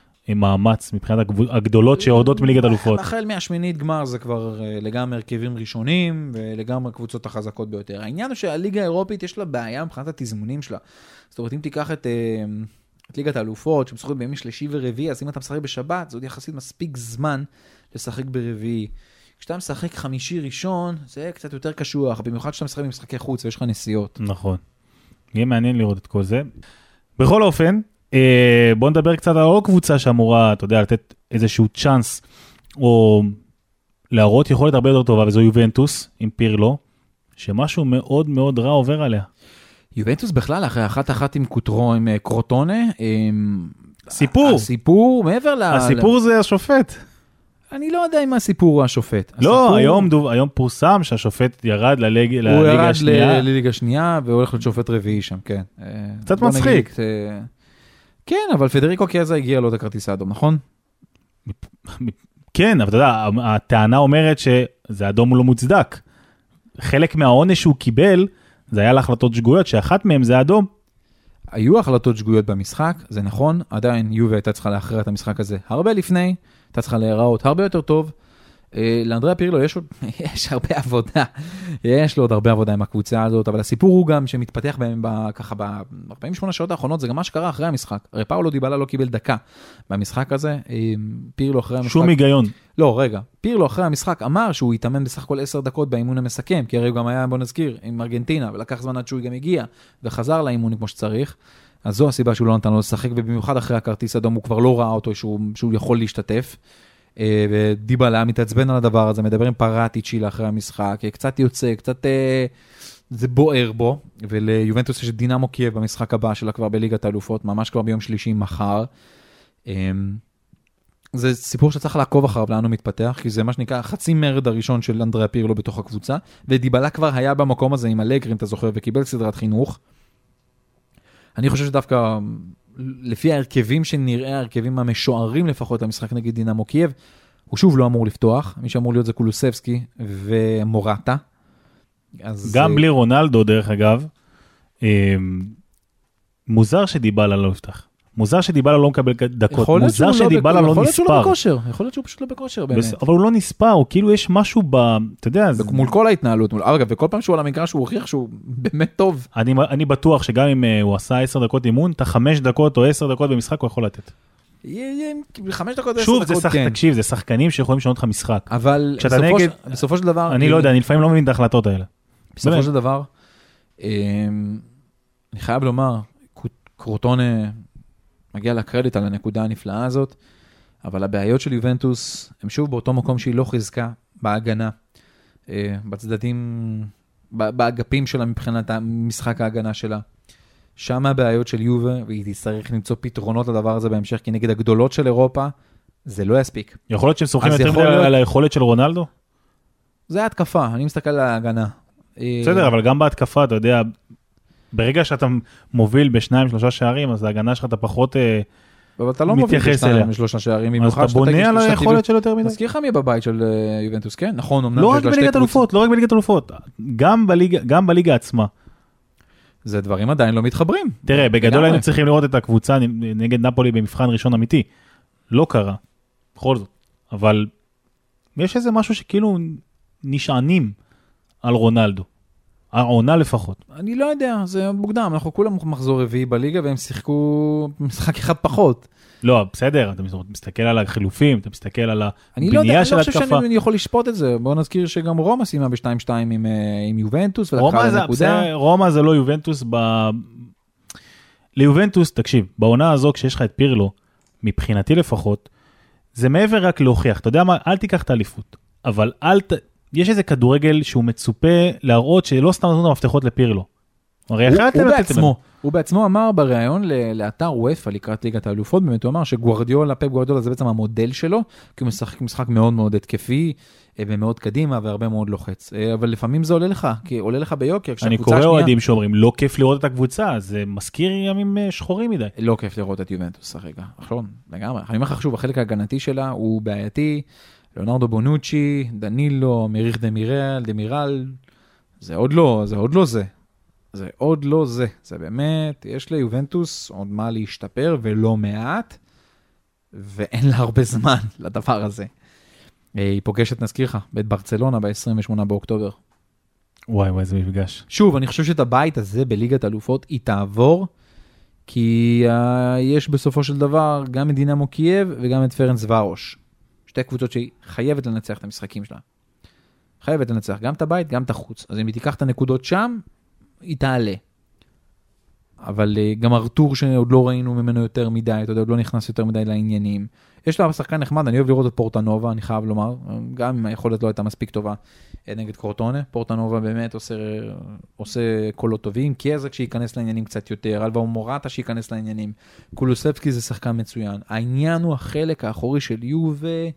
מאמץ מבחינת הגדולות שיורדות מליגת אלופות. החל מהשמינית גמר זה כבר לגמרי הרכבים ראשונים, ולגמרי קבוצות החזקות ביותר. העניין הוא שהליגה האירופית יש לה בעיה מבחינת התזמונים שלה. זאת אומרת, אם תיקח את ליגת האלופות, שמשחקות בימי שלישי ורביעי, אז אם אתה משחק בשבת, זה עוד יחסית מספיק זמן לשחק ברביעי. כשאתה משחק חמישי ראשון, זה קצת יותר קשוח, במיוחד כשאתה משחק במשחקי חוץ ויש לך נסיעות. נכון. יהיה מעניין לראות את כל זה. בכל אופן, בוא נדבר קצת על עוד קבוצה שאמורה, אתה יודע, לתת איזשהו צ'אנס, או להראות יכולת הרבה יותר טובה, וזו יובנטוס, עם פירלו, שמשהו מאוד מאוד רע עובר עליה. יובנטוס בכלל, אחרי 1-1 עם קרוטונה, סיפור. הסיפור, מעבר הסיפור זה השופט. אני לא יודע אם הסיפור הוא השופט. לא, היום פורסם שהשופט ירד לליגה השנייה. הוא ירד לליגה השנייה, והולך להיות שופט רביעי שם, כן. קצת מצחיק. כן, אבל פדריקו קיאזה הגיע לו את הכרטיס האדום, נכון? כן, אבל אתה יודע, הטענה אומרת שזה אדום לא מוצדק. חלק מהעונש שהוא קיבל, זה היה להחלטות שגויות, שאחת מהן זה אדום. היו החלטות שגויות במשחק, זה נכון, עדיין יובה הייתה צריכה להכריע את המשחק הזה הרבה לפני, הייתה צריכה להיראות הרבה יותר טוב. לאנדריה פירלו יש הרבה עבודה, יש לו עוד הרבה עבודה עם הקבוצה הזאת, אבל הסיפור הוא גם שמתפתח בהם ככה ב-48 שעות האחרונות, זה גם מה שקרה אחרי המשחק. הרי פאולו דיבאלה לא קיבל דקה במשחק הזה, פירלו אחרי המשחק... שום היגיון. לא, רגע, פירלו אחרי המשחק אמר שהוא יתאמן בסך הכל 10 דקות באימון המסכם, כי הרי הוא גם היה, בוא נזכיר, עם ארגנטינה, ולקח זמן עד שהוא גם הגיע, וחזר לאימון כמו שצריך. אז זו הסיבה שהוא לא נתן לו לשחק, ובמיוחד אחרי הכרטיס אדום הוא כבר לא ראה אותו שהוא יכול להשתתף. ודיבאלה מתעצבן על הדבר הזה, מדבר עם פרטיצ'י אחרי המשחק, קצת יוצא, קצת זה בוער בו, וליובנטוס יש דינמו קייב במשחק הבא שלה כבר בליגת האלופות, ממש כבר ביום שלישי מחר. זה סיפור שצריך לעקוב אחריו לאן הוא מתפתח, כי זה מה שנקרא חצי מרד הראשון של אנדריה פירלו בתוך הקבוצה, ודיבאלה כבר היה במקום הזה עם אלגרי, אם אתה זוכר, וקיבל סדרת חינוך. אני חושב שדווקא לפי ההרכבים שנראה, ההרכבים המשוערים לפחות למשחק נגד דינמו קייב, הוא שוב לא אמור לפתוח, מי שאמור להיות זה קולוסבסקי ומורטה. גם בלי רונלדו דרך אגב, מוזר שדיבאלה לא יפתח. מוזר שדיבאלה לא מקבל דקות, מוזר שדיבאלה לא נספר. יכול להיות שהוא פשוט לא בכושר באמת. אבל הוא לא נספר, הוא כאילו יש משהו אתה יודע. מול כל ההתנהלות, אגב, וכל פעם שהוא על המגרש הוא הוכיח שהוא באמת טוב. אני בטוח שגם אם הוא עשה 10 דקות אימון, את 5 דקות או 10 דקות במשחק הוא יכול לתת. 5 דקות, 10 שוב, דקות, כן. תקשיב, זה שחקנים שיכולים לשנות לך משחק. אבל בסופו של דבר... אני לא יודע, אני לפעמים לא מבין את ההחלטות האלה. בסופו של דבר, אני חייב לומר, קרוטונה מגיע לקרדיט על הנקודה הנפלאה הזאת, אבל הבעיות של יובנטוס הם שוב באותו מקום שהיא לא חזקה בהגנה, בצדדים, באגפים שלה מבחינת משחק ההגנה שלה. שם הבעיות של יובה, והיא תצטרך למצוא פתרונות לדבר הזה בהמשך, כי נגד הגדולות של אירופה, זה לא יספיק. יכול להיות שהם שוחים יותר על היכולת של רונלדו? זה התקפה, אני מסתכל על ההגנה. בסדר, אבל גם בהתקפה, אתה יודע, ברגע שאתה מוביל ב2-3 שערים, אז ההגנה שלך אתה פחות אבל אתה לא מוביל ב2-3 שערים. אז אתה בונה על היכולת של יותר מדי. מזכיר לך מי בבית של יובנטוס, כן? נכון, לא רק בליגת אלופות, לא רק בליגת אלופות, גם בליגה עצמה. זה דברים עדיין לא מתחברים. תראה, בגדול היינו צריכים לראות את הקבוצה נגד נפולי במבחן ראשון אמיתי. לא קרה, בכל זאת. אבל יש איזה משהו שכאילו נשענים על רונלדו. העונה לפחות. אני לא יודע, זה מוקדם. אנחנו כולם מחזור רביעי בליגה, והם שיחקו משחק אחד פחות. לא, בסדר, אתה מסתכל על החילופים, אתה מסתכל על הבנייה של התקפה. אני לא חושב שאני יכול לשפוט את זה. בואו נזכיר שגם רומא סיימה ב2-2 עם יובנטוס, ולקחה לנקודה. רומא זה לא יובנטוס ליובנטוס, תקשיב, בעונה הזו, כשיש לך את פירלו, מבחינתי לפחות, זה מעבר רק להוכיח. אתה יודע מה? אל תיקח את האליפות. אבל יש איזה כדורגל שהוא מצופה להראות שלא סתם נתנו המפתחות לפירלו. הוא בעצמו אמר בריאיון לאתר וופא לקראת ליגת האלופות, באמת הוא אמר שגוארדיולה, פפ גוארדיולה זה בעצם המודל שלו, כי הוא משחק משחק מאוד מאוד התקפי, ומאוד קדימה והרבה מאוד לוחץ. אבל לפעמים זה עולה לך, כי עולה לך ביוקר. אני קורא אוהדים שאומרים, לא כיף לראות את הקבוצה, זה מזכיר ימים שחורים מדי. לא כיף לראות את יובנטוס, רגע. לגמרי. אני אומר לך שוב, החלק ההגנתי שלה הוא בעייתי, ליאונרדו בונוצ'י, דנילו, מריך דמירל, זה עוד לא זה. זה עוד לא זה. זה באמת, יש ליובנטוס עוד מה להשתפר ולא מעט, ואין לה הרבה זמן לדבר הזה. היא פוגשת, נזכיר לך, בית ברצלונה ב-28 באוקטובר. וואי, איזה מפגש. שוב, אני חושב שאת הבית הזה בליגת אלופות היא תעבור, כי יש בסופו של דבר גם את דינמו קייב וגם את פרנס ורוש. שתי קבוצות שהיא חייבת לנצח את המשחקים שלה. חייבת לנצח גם את הבית, גם את החוץ. אז אם היא תיקח את הנקודות שם, היא תעלה. אבל גם ארתור שעוד לא ראינו ממנו יותר מדי, אתה יודע, עוד לא נכנס יותר מדי לעניינים. יש לה שחקן נחמד, אני אוהב לראות את פורטנובה, אני חייב לומר, גם אם היכולת לא הייתה מספיק טובה נגד קורטונה, פורטנובה באמת עושה קולות טובים, קייזק שייכנס לעניינים קצת יותר, אלבאו מורטה שייכנס לעניינים, קולוספסקי זה שחקן מצוין. העניין הוא החלק האחורי של יובה,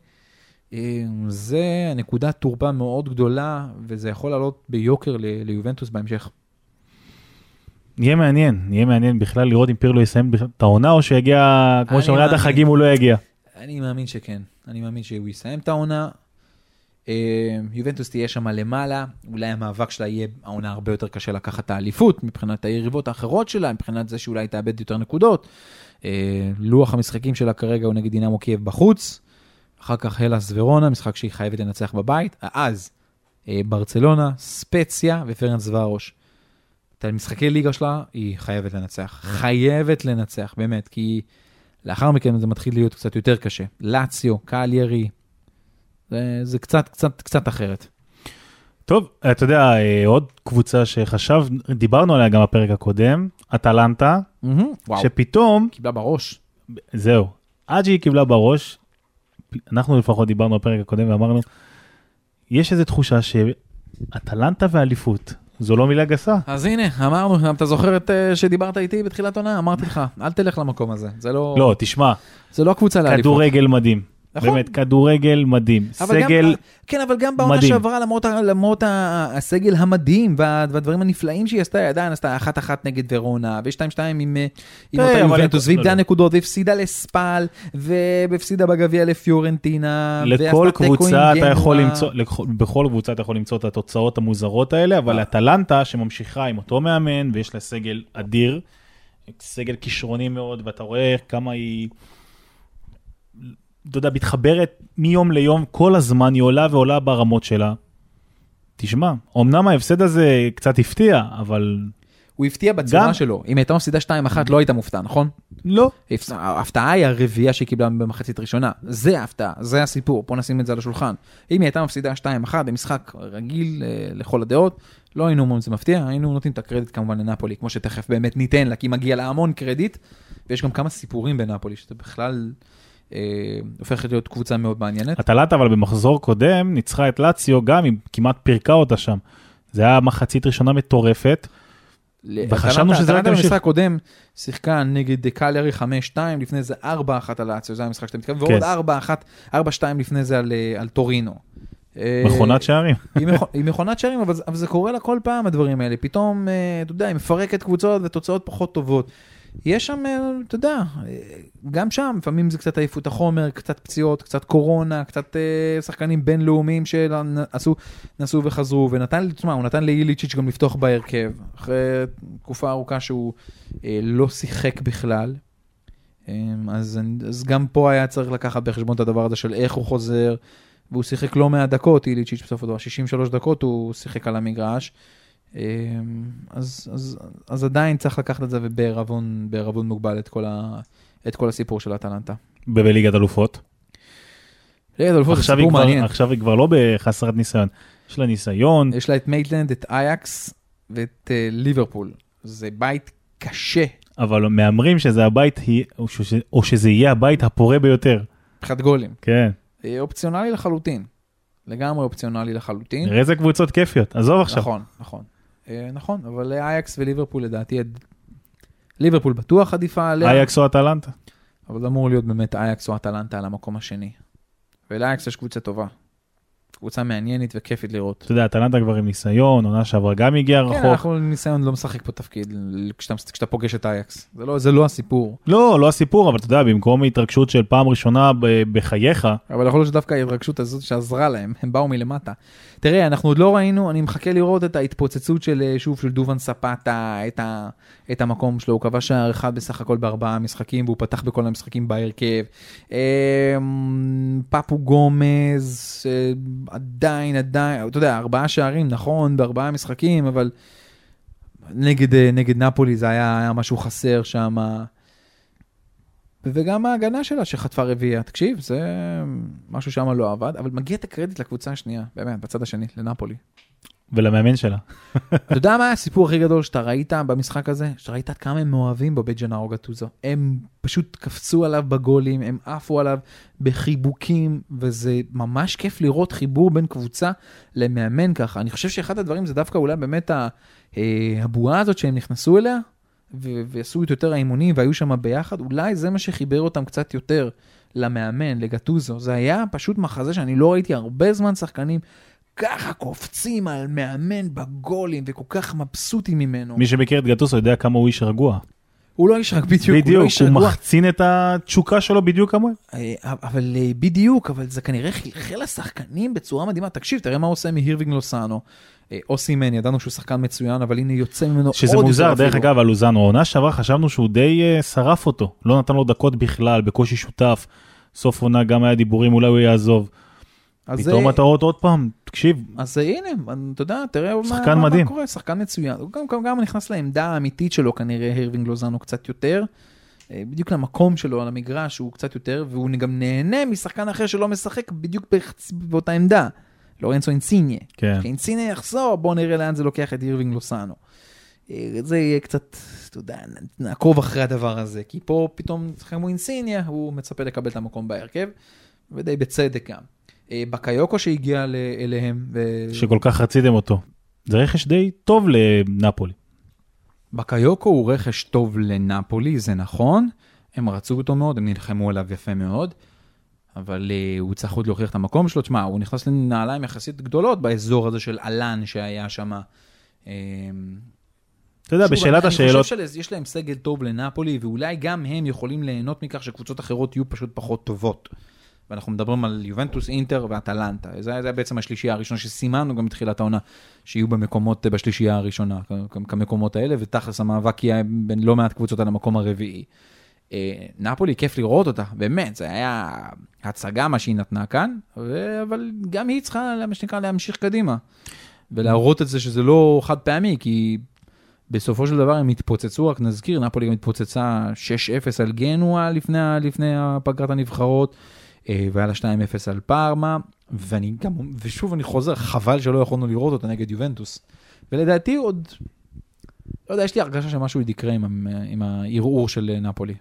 זה נקודת תורפה מאוד גדולה, וזה יכול לעלות ביוקר ליובנטוס בהמשך. יהיה מעניין בכלל לראות אם פירלו יסיים את העונה, או שיגיע, כמו שאומרים עד החגים הוא לא יגיע. אני מאמין שכן, אני מאמין שהוא יסיים את העונה, יובנטוס תהיה שם למעלה, אולי המאבק שלה יהיה העונה הרבה יותר קשה לקחת את האליפות, מבחינת היריבות האחרות שלה, מבחינת זה שאולי תאבד יותר נקודות, לוח המשחקים שלה כרגע הוא נגד דינמו קייב בחוץ, אחר כך הלאס ורונה, משחק שהיא חייבת לנצח בבית, אז ברצלונה, ספציה ופרנס ורוש. את המשחקי ליגה שלה היא חייבת לנצח, באמת, כי לאחר מכן זה מתחיל להיות קצת יותר קשה. לאציו, קאליירי, זה קצת אחרת. טוב, אתה יודע, עוד קבוצה דיברנו עליה גם בפרק הקודם, אטלנטה, שפתאום... קיבלה בראש. זהו, עד שהיא קיבלה בראש, אנחנו לפחות דיברנו בפרק הקודם ואמרנו, יש איזו תחושה שאטלנטה ואליפות, זו לא מילה גסה. אז הנה, אמרנו, אתה זוכר שדיברת איתי בתחילת עונה? אמרתי לך, אל תלך למקום הזה. לא, תשמע. זה לא קבוצה לאליפות. כדורגל מדהים. באמת, כדורגל מדהים. סגל כן, אבל גם בעונה שעברה, למרות הסגל המדהים והדברים הנפלאים שהיא עשתה, עדיין עשתה 1-1 נגד ורונה, ו2-2 עם אותה יובנטוס, ואיבדה נקודות, והפסידה לספל, והפסידה בגביע לפיורנטינה. לכל קבוצה אתה יכול למצוא, בכל קבוצה אתה יכול למצוא את התוצאות המוזרות האלה, אבל אטלנטה שממשיכה עם אותו מאמן, ויש לה סגל אדיר, סגל כישרוני מאוד, ואתה רואה כמה היא... אתה יודע, מתחברת מיום ליום, כל הזמן היא עולה ועולה ברמות שלה. תשמע, אמנם ההפסד הזה קצת הפתיע, אבל... הוא הפתיע בצורה שלו. אם הייתה מפסידה 2-1, לא היית מופתע, נכון? לא. ההפתעה היא הרביעייה שהיא קיבלה במחצית ראשונה. זה ההפתעה, זה הסיפור. בוא נשים את זה על השולחן. אם היא הייתה מפסידה 2-1 במשחק רגיל לכל הדעות, לא היינו אומרים זה מפתיע, היינו נותנים את הקרדיט כמובן לנאפולי, כמו שתכף באמת ניתן לה, כי מגיע לה המון קרדיט, ויש גם כמה סיפורים בנאפולי, שזה בכלל הופכת להיות קבוצה מאוד מעניינת. אטלנטה אבל במחזור קודם ניצחה את לאציו, גם היא כמעט פירקה אותה שם. זה היה מחצית ראשונה מטורפת, וחשבנו שזה רק המשיך. במשחק קודם שיחקה נגד קאליירי 5-2, לפני זה 4-1 על לאציו, זה המשחק שאתה מתכוון, ועוד 4-2 לפני זה על טורינו. מכונת שערים. היא מכונת שערים, אבל זה קורה לה כל פעם הדברים האלה. פתאום, אתה יודע, היא מפרקת קבוצות ותוצאות פחות טובות. יש שם, אתה יודע, גם שם, לפעמים זה קצת עייפות החומר, קצת פציעות, קצת קורונה, קצת שחקנים בינלאומיים שנסו וחזרו, הוא נתן לאיליצ'יץ' גם לפתוח בהרכב, אחרי תקופה ארוכה שהוא לא שיחק בכלל, אז גם פה היה צריך לקחת בחשבון את הדבר הזה של איך הוא חוזר, והוא שיחק לא מהדקות, איליצ'יץ' בסוף הדבר, 63 דקות הוא שיחק על המגרש, אז עדיין צריך לקחת את זה ובערבון מוגבל את כל הסיפור של אטלנטה. בליגת אלופות? ליגת אלופות זה סיפור מעניין. עכשיו היא כבר לא בחסרת ניסיון. יש לה ניסיון. יש לה את מייטלנד, את אייקס ואת ליברפול. זה בית קשה. אבל מאמרים שזה הבית, או שזה יהיה הבית הפורה ביותר. מבחינת גולים. כן. אופציונלי לחלוטין. לגמרי אופציונלי לחלוטין. נראה איזה קבוצות כיפיות. עזוב עכשיו. נכון, אבל אייקס וליברפול לדעתי, ליברפול בטוח עדיפה עליה. אייקס או אטלנטה. אבל אמור להיות באמת אייקס או אטלנטה על המקום השני. ולאייקס יש קבוצה טובה. קבוצה מעניינת וכיפית לראות. אתה יודע, אטלנטה כבר עם ניסיון, עונה שעברה גם הגיע רחוק. כן, אנחנו ניסיון לא משחק פה תפקיד, כשאתה פוגש את אייקס. זה לא הסיפור. לא הסיפור, אבל אתה יודע, במקום ההתרגשות של פעם ראשונה בחייך. אבל יכול להיות שדווקא ההתרגשות הזאת שעזרה להם, הם באו מלמטה. תראה, אנחנו עוד לא ראינו, אני מחכה לראות את ההתפוצצות של דובן ספטה, את המקום שלו, הוא קבע שער אחד בסך הכל ב4 משחקים, והוא פתח בכל המשחקים בהרכב. פפו גומז, עדיין, אתה יודע, 4 שערים, נכון, ב4 משחקים, אבל נגד נפולי זה היה משהו חסר שם, וגם ההגנה שלה שחטפה רביעייה, תקשיב, זה משהו שם לא עבד, אבל מגיע את הקרדיט לקבוצה השנייה, באמת, בצד השני, לנפולי. ולמאמן שלה. אתה יודע מה הסיפור הכי גדול שאתה ראית במשחק הזה? שאתה ראית עד כמה הם מאוהבים בו בג'נארו גטוזו. הם פשוט קפצו עליו בגולים, הם עפו עליו בחיבוקים, וזה ממש כיף לראות חיבור בין קבוצה למאמן ככה. אני חושב שאחד הדברים זה דווקא אולי באמת הבועה הזאת שהם נכנסו אליה, ועשו את יותר האימונים והיו שם ביחד, אולי זה מה שחיבר אותם קצת יותר למאמן, לגטוזו. זה היה פשוט מחזה שאני לא ראיתי הרבה זמן שחקנים ככה קופצים על מאמן בגולים וכל כך מבסוטים ממנו. מי שמכיר את גטוזו יודע כמה הוא איש רגוע. הוא לא איש רק בדיוק, הוא מחצין את התשוקה שלו בדיוק כמוה. אבל בדיוק, אבל זה כנראה חלחל לשחקנים בצורה מדהימה. תקשיב, תראה מה הוא עושה מהירווינג לוסאנו. אוסימן, ידענו שהוא שחקן מצוין, אבל הנה יוצא ממנו עוד יותר. שזה מוזר, דרך אגב, על לוזאנו, העונה שעברה חשבנו שהוא די שרף אותו. לא נתן לו דקות בכלל, בקושי שותף. סוף עונה גם היה דיבורים, אולי הוא יעזוב. פתאום אתה רואה עוד פעם, תקשיב. אז הנה, אתה יודע, תראה מה קורה, שחקן מצוין. הוא גם נכנס לעמדה האמיתית שלו, כנראה הירווינג לוזאנו קצת יותר, בדיוק למקום שלו, על המגרש, הוא קצת יותר, והוא גם נהנה משחקן אחר שלא משחק בדיוק באותה עמדה. לורנצו אינסיניה. כשאינסיניה יחזור, בואו נראה לאן זה לוקח את הירווינג לוזאנו. זה יהיה קצת, אתה יודע, נעקוב אחרי הדבר הזה, כי פה פתאום, כמו אינסיניה, הוא מצפה לקבל את המקום בהרכב, ודי בצדק גם. בקיוקו שהגיע אליהם. שכל כך רציתם אותו. זה רכש די טוב לנפולי. בקיוקו הוא רכש טוב לנפולי, זה נכון. הם רצו אותו מאוד, הם נלחמו עליו יפה מאוד. אבל הוא צריך עוד להוכיח את המקום שלו. תשמע, הוא נכנס לנעליים יחסית גדולות באזור הזה של אלן שהיה שם. אתה יודע, בשאלת השאלות... אני חושב שיש להם סגל טוב לנפולי, ואולי גם הם יכולים ליהנות מכך שקבוצות אחרות יהיו פשוט פחות טובות. ואנחנו מדברים על יובנטוס, אינטר ואטלנטה. זה היה בעצם השלישייה הראשונה שסימנו גם בתחילת העונה, שיהיו במקומות בשלישייה הראשונה, כמקומות האלה, ותכלס המאבק יהיה בין לא מעט קבוצות על המקום הרביעי. נפולי, כיף לראות אותה, באמת, זה היה הצגה מה שהיא נתנה כאן, אבל גם היא צריכה, מה שנקרא, להמשיך קדימה, ולהראות את זה שזה לא חד פעמי, כי בסופו של דבר הם התפוצצו, רק נזכיר, נפולי גם התפוצצה 6-0 על גנואה לפני הפגרת הנבחרות, והיה לה 2-0 על פארמה, ושוב אני חוזר, חבל שלא יכולנו לראות אותה נגד יובנטוס. ולדעתי עוד, לא יודע, יש לי הרגשה שמשהו יקרה עם הערעור של נפולי.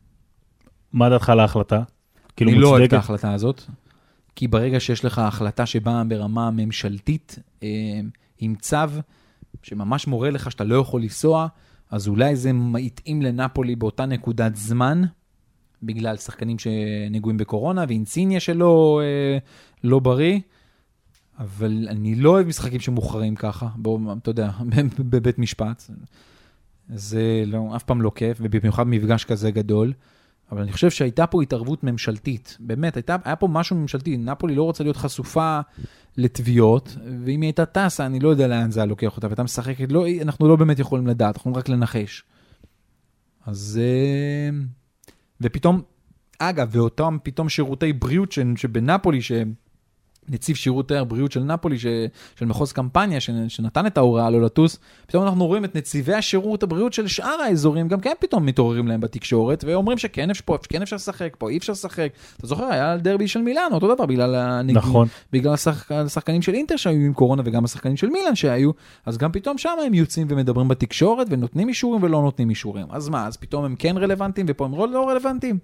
מה דעתך להחלטה? אני לא אוהב את ההחלטה הזאת, כי ברגע שיש לך החלטה שבאה ברמה ממשלתית, עם צו, שממש מורה לך שאתה לא יכול לנסוע, אז אולי זה מתאים לנפולי באותה נקודת זמן, בגלל שחקנים שנגועים בקורונה, ואינסיניה שלו לא בריא, אבל אני לא אוהב משחקים שמוכרים ככה, אתה יודע, בבית משפט. זה לא, אף פעם לא כיף, ובמיוחד מפגש כזה גדול, אבל אני חושב שהייתה פה התערבות ממשלתית, באמת, היה פה משהו ממשלתי, נפולי לא רוצה להיות חשופה לתביעות, ואם היא הייתה טסה, אני לא יודע לאן זה לוקח אותה, ואתה משחק, אנחנו לא באמת יכולים לדעת, אנחנו רק לנחש. אז ופתאום, אגב, ואותם פתאום שירותי בריאות שבנפולי, נציב שירותי הבריאות של נפולי, של מחוז קמפניה, שנתן את ההוראה לא לטוס, פתאום אנחנו רואים את נציבי השירות הבריאות של שאר האזורים, גם כן פתאום מתעוררים להם בתקשורת, ואומרים שכן אפשר לשחק, פה אי אפשר לשחק. אתה זוכר, היה דרבי של מילאן, אותו דבר, בגלל השחקנים של אינטר שהיו עם קורונה, וגם השחקנים של מילאן שהיו, אז גם פתאום שם הם יוצאים ומדברים בתקשורת, ונותנים אישורים ולא נותנים אישורים. אז מה, אז פתאום הם כן רלוונטיים, ופה הם לא רלוונטיים?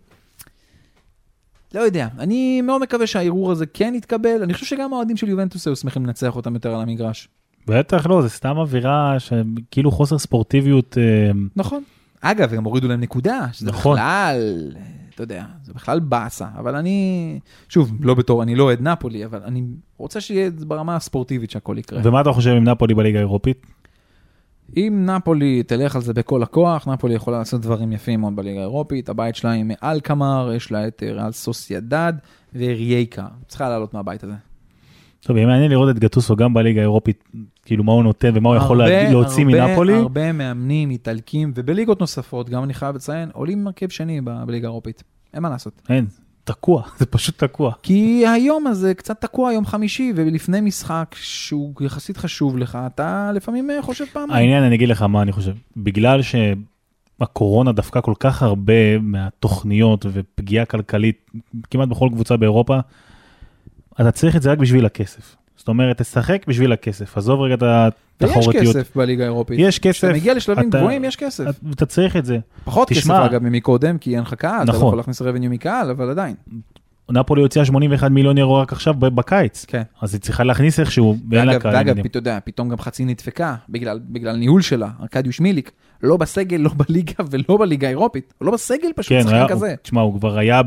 לא יודע, אני מאוד מקווה שהערעור הזה כן יתקבל, אני חושב שגם האוהדים של יובנטוס היו שמחים לנצח אותם יותר על המגרש. בטח לא, זה סתם אווירה שכאילו חוסר ספורטיביות. נכון. אגב, הם הורידו להם נקודה, שזה בכלל, אתה יודע, זה בכלל באסה, אבל אני, שוב, לא בתור, אני לא אוהד נפולי, אבל אני רוצה שיהיה ברמה הספורטיבית שהכל יקרה. ומה אתה חושב עם נפולי בליגה האירופית? אם נפולי תלך על זה בכל הכוח, נפולי יכולה לעשות דברים יפים מאוד בליגה האירופית, הבית שלה היא מעל קמר, יש לה את ריאל סוסיידד ורייקה, צריכה לעלות מהבית הזה. טוב, יהיה מעניין לראות את גטוסו גם בליגה האירופית, כאילו מה הוא נותן ומה הוא יכול להוציא מנפולי. הרבה מאמנים, איטלקים ובליגות נוספות, גם אני חייב לציין, עולים מרכב שני בליגה האירופית, אין מה לעשות. אין, תקוע, זה פשוט תקוע. כי היום הזה קצת תקוע, יום חמישי, ולפני משחק שהוא יחסית חשוב לך, אתה לפעמים חושב פעם. העניין, אני אגיד לך מה אני חושב. בגלל שהקורונה דווקא כל כך הרבה מהתוכניות ופגיעה כלכלית, כמעט בכל קבוצה באירופה, אתה צריך את זה רק בשביל הכסף. זאת אומרת, תשחק בשביל הכסף, עזוב רגע את התחרותיות. יש כסף בליגה האירופית. יש כסף. כשאתה מגיע לשלבים גבוהים, יש כסף. אתה צריך את זה. פחות כסף אגב ממקודם, כי אין לך קהל, אתה לא יכול להכניס רבניו מקהל, אבל עדיין. נפולי הוציאה 81 מיליון אירו רק עכשיו בקיץ. כן. אז היא צריכה להכניס איכשהו. ואגב, אתה יודע, פתאום גם חצי נדפקה, בגלל ניהול שלה, ארקדיוש מיליק, לא בסגל, לא בליגה ולא בליגה האירופית. לא בסגל פשוט, שחקן כזה. תשמע, הוא כבר היה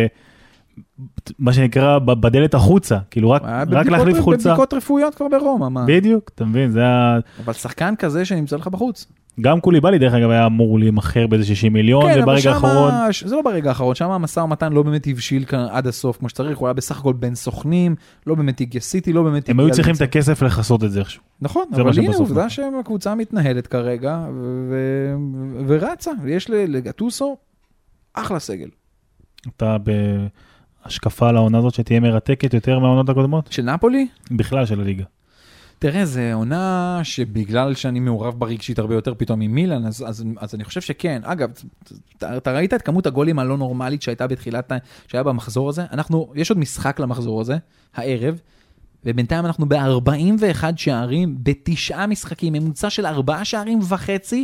מה שנקרא בדלת החוצה, כאילו רק להחליף חולצה. בבדיקות רפואיות כבר ברומא. בדיוק, אתה מבין, זה אבל שחקן כזה שנמצא לך בחוץ. גם קוליבאלי דרך אגב היה אמור להימחר באיזה 60 מיליון, וברגע האחרון... זה לא ברגע האחרון, שם המשא ומתן לא באמת הבשיל כאן עד הסוף כמו שצריך, הוא היה בסך הכל בין סוכנים, לא באמת הגיע סיטי, לא באמת הם היו צריכים את הכסף לחסות את זה איכשהו. נכון, אבל הנה עובדה שהקבוצה מתנהלת כרגע, ורצה, ויש לגטוסו אחלה סגל. אתה בהשקפה לעונה הזאת שתהיה מרתקת יותר מהעונות הקודמות? של נפולי? בכלל של הליגה. תראה, זה עונה שבגלל שאני מעורב ברגשית הרבה יותר פתאום עם מילאן, אז אני חושב שכן. אגב, אתה ראית את כמות הגולים הלא נורמלית שהייתה בתחילת, שהיה במחזור הזה? יש עוד משחק למחזור הזה, הערב, ובינתיים אנחנו ב-41 שערים, ב9 משחקים, ממוצע של 4 שערים וחצי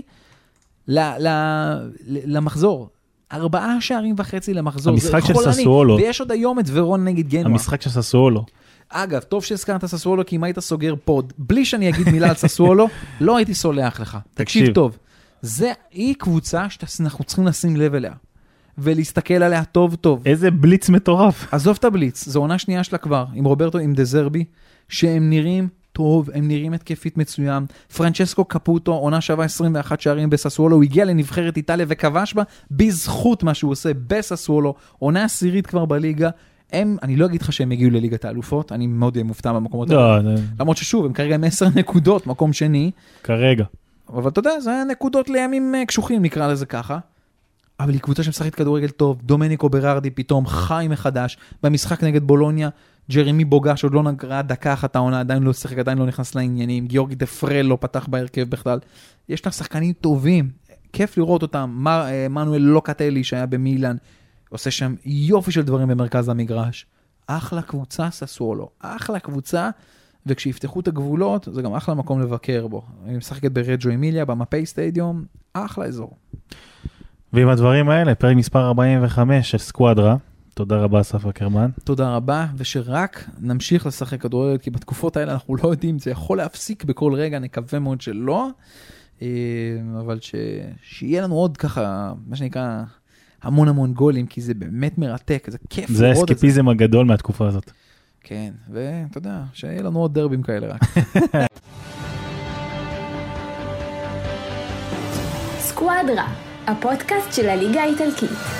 למחזור. 4 שערים וחצי למחזור. המשחק של ססוולו. ויש עוד היום את ורון נגד גנואה. המשחק של ססוולו. אגב, טוב שהזכרת ססוולו, כי אם היית סוגר פוד, בלי שאני אגיד מילה על ססוולו, לא הייתי סולח לך. תקשיב טוב. היא קבוצה שאנחנו צריכים לשים לב אליה, ולהסתכל עליה טוב טוב. איזה בליץ מטורף. עזוב את הבליץ, זו עונה שנייה שלה כבר, עם רוברטו, עם דזרבי, שהם נראים טוב, הם נראים התקפית מצוין. פרנצ'סקו קפוטו, עונה שווה 21 שערים בססוולו, הוא הגיע לנבחרת איטליה וכבש בה בזכות מה שהוא עושה בססוולו, עונה עשירית כבר בליגה. אני לא אגיד לך שהם הגיעו לליגת האלופות, אני מאוד מופתע במקומות האלה. למרות ששוב, הם כרגע עם 10 נקודות, מקום שני. כרגע. אבל אתה יודע, זה נקודות לימים קשוחים, נקרא לזה ככה. אבל היא קבוצה שמשחקת כדורגל טוב, דומניקו ברארדי פתאום חי מחדש, במשחק נגד בולוניה, ג'רמי בוגה, שעוד לא נגרה דקה אחת העונה, עדיין לא שחק, עדיין לא נכנס לעניינים, גיאורגי דפרל לא פתח בהרכב בכלל. יש לה שחקנים טובים, כיף לראות אותם, מנואל לוקטלי שהיה במילאן, עושה שם יופי של דברים במרכז המגרש. אחלה קבוצה ססוולו, אחלה קבוצה, וכשיפתחו את הגבולות, זה גם אחלה מקום לבקר בו. היא משחקת ברג'ו אמיליה, במפאי סטדיום, אחלה אזור. ועם הדברים האלה, פרק מספר 45 של סקואדרה. תודה רבה, אסף אקרמן. תודה רבה, ושרק נמשיך לשחק כדורגל, כי בתקופות האלה אנחנו לא יודעים, זה יכול להפסיק בכל רגע, נקווה מאוד שלא, אבל שיהיה לנו עוד ככה, מה שנקרא, המון גולים, כי זה באמת מרתק, זה כיף לראות את זה. זה האסקפיזם הגדול מהתקופה הזאת. כן, ואתה יודע, שיהיה לנו עוד דרבים כאלה רק. סקואדרה, הפודקאסט של הליגה האיטלקית.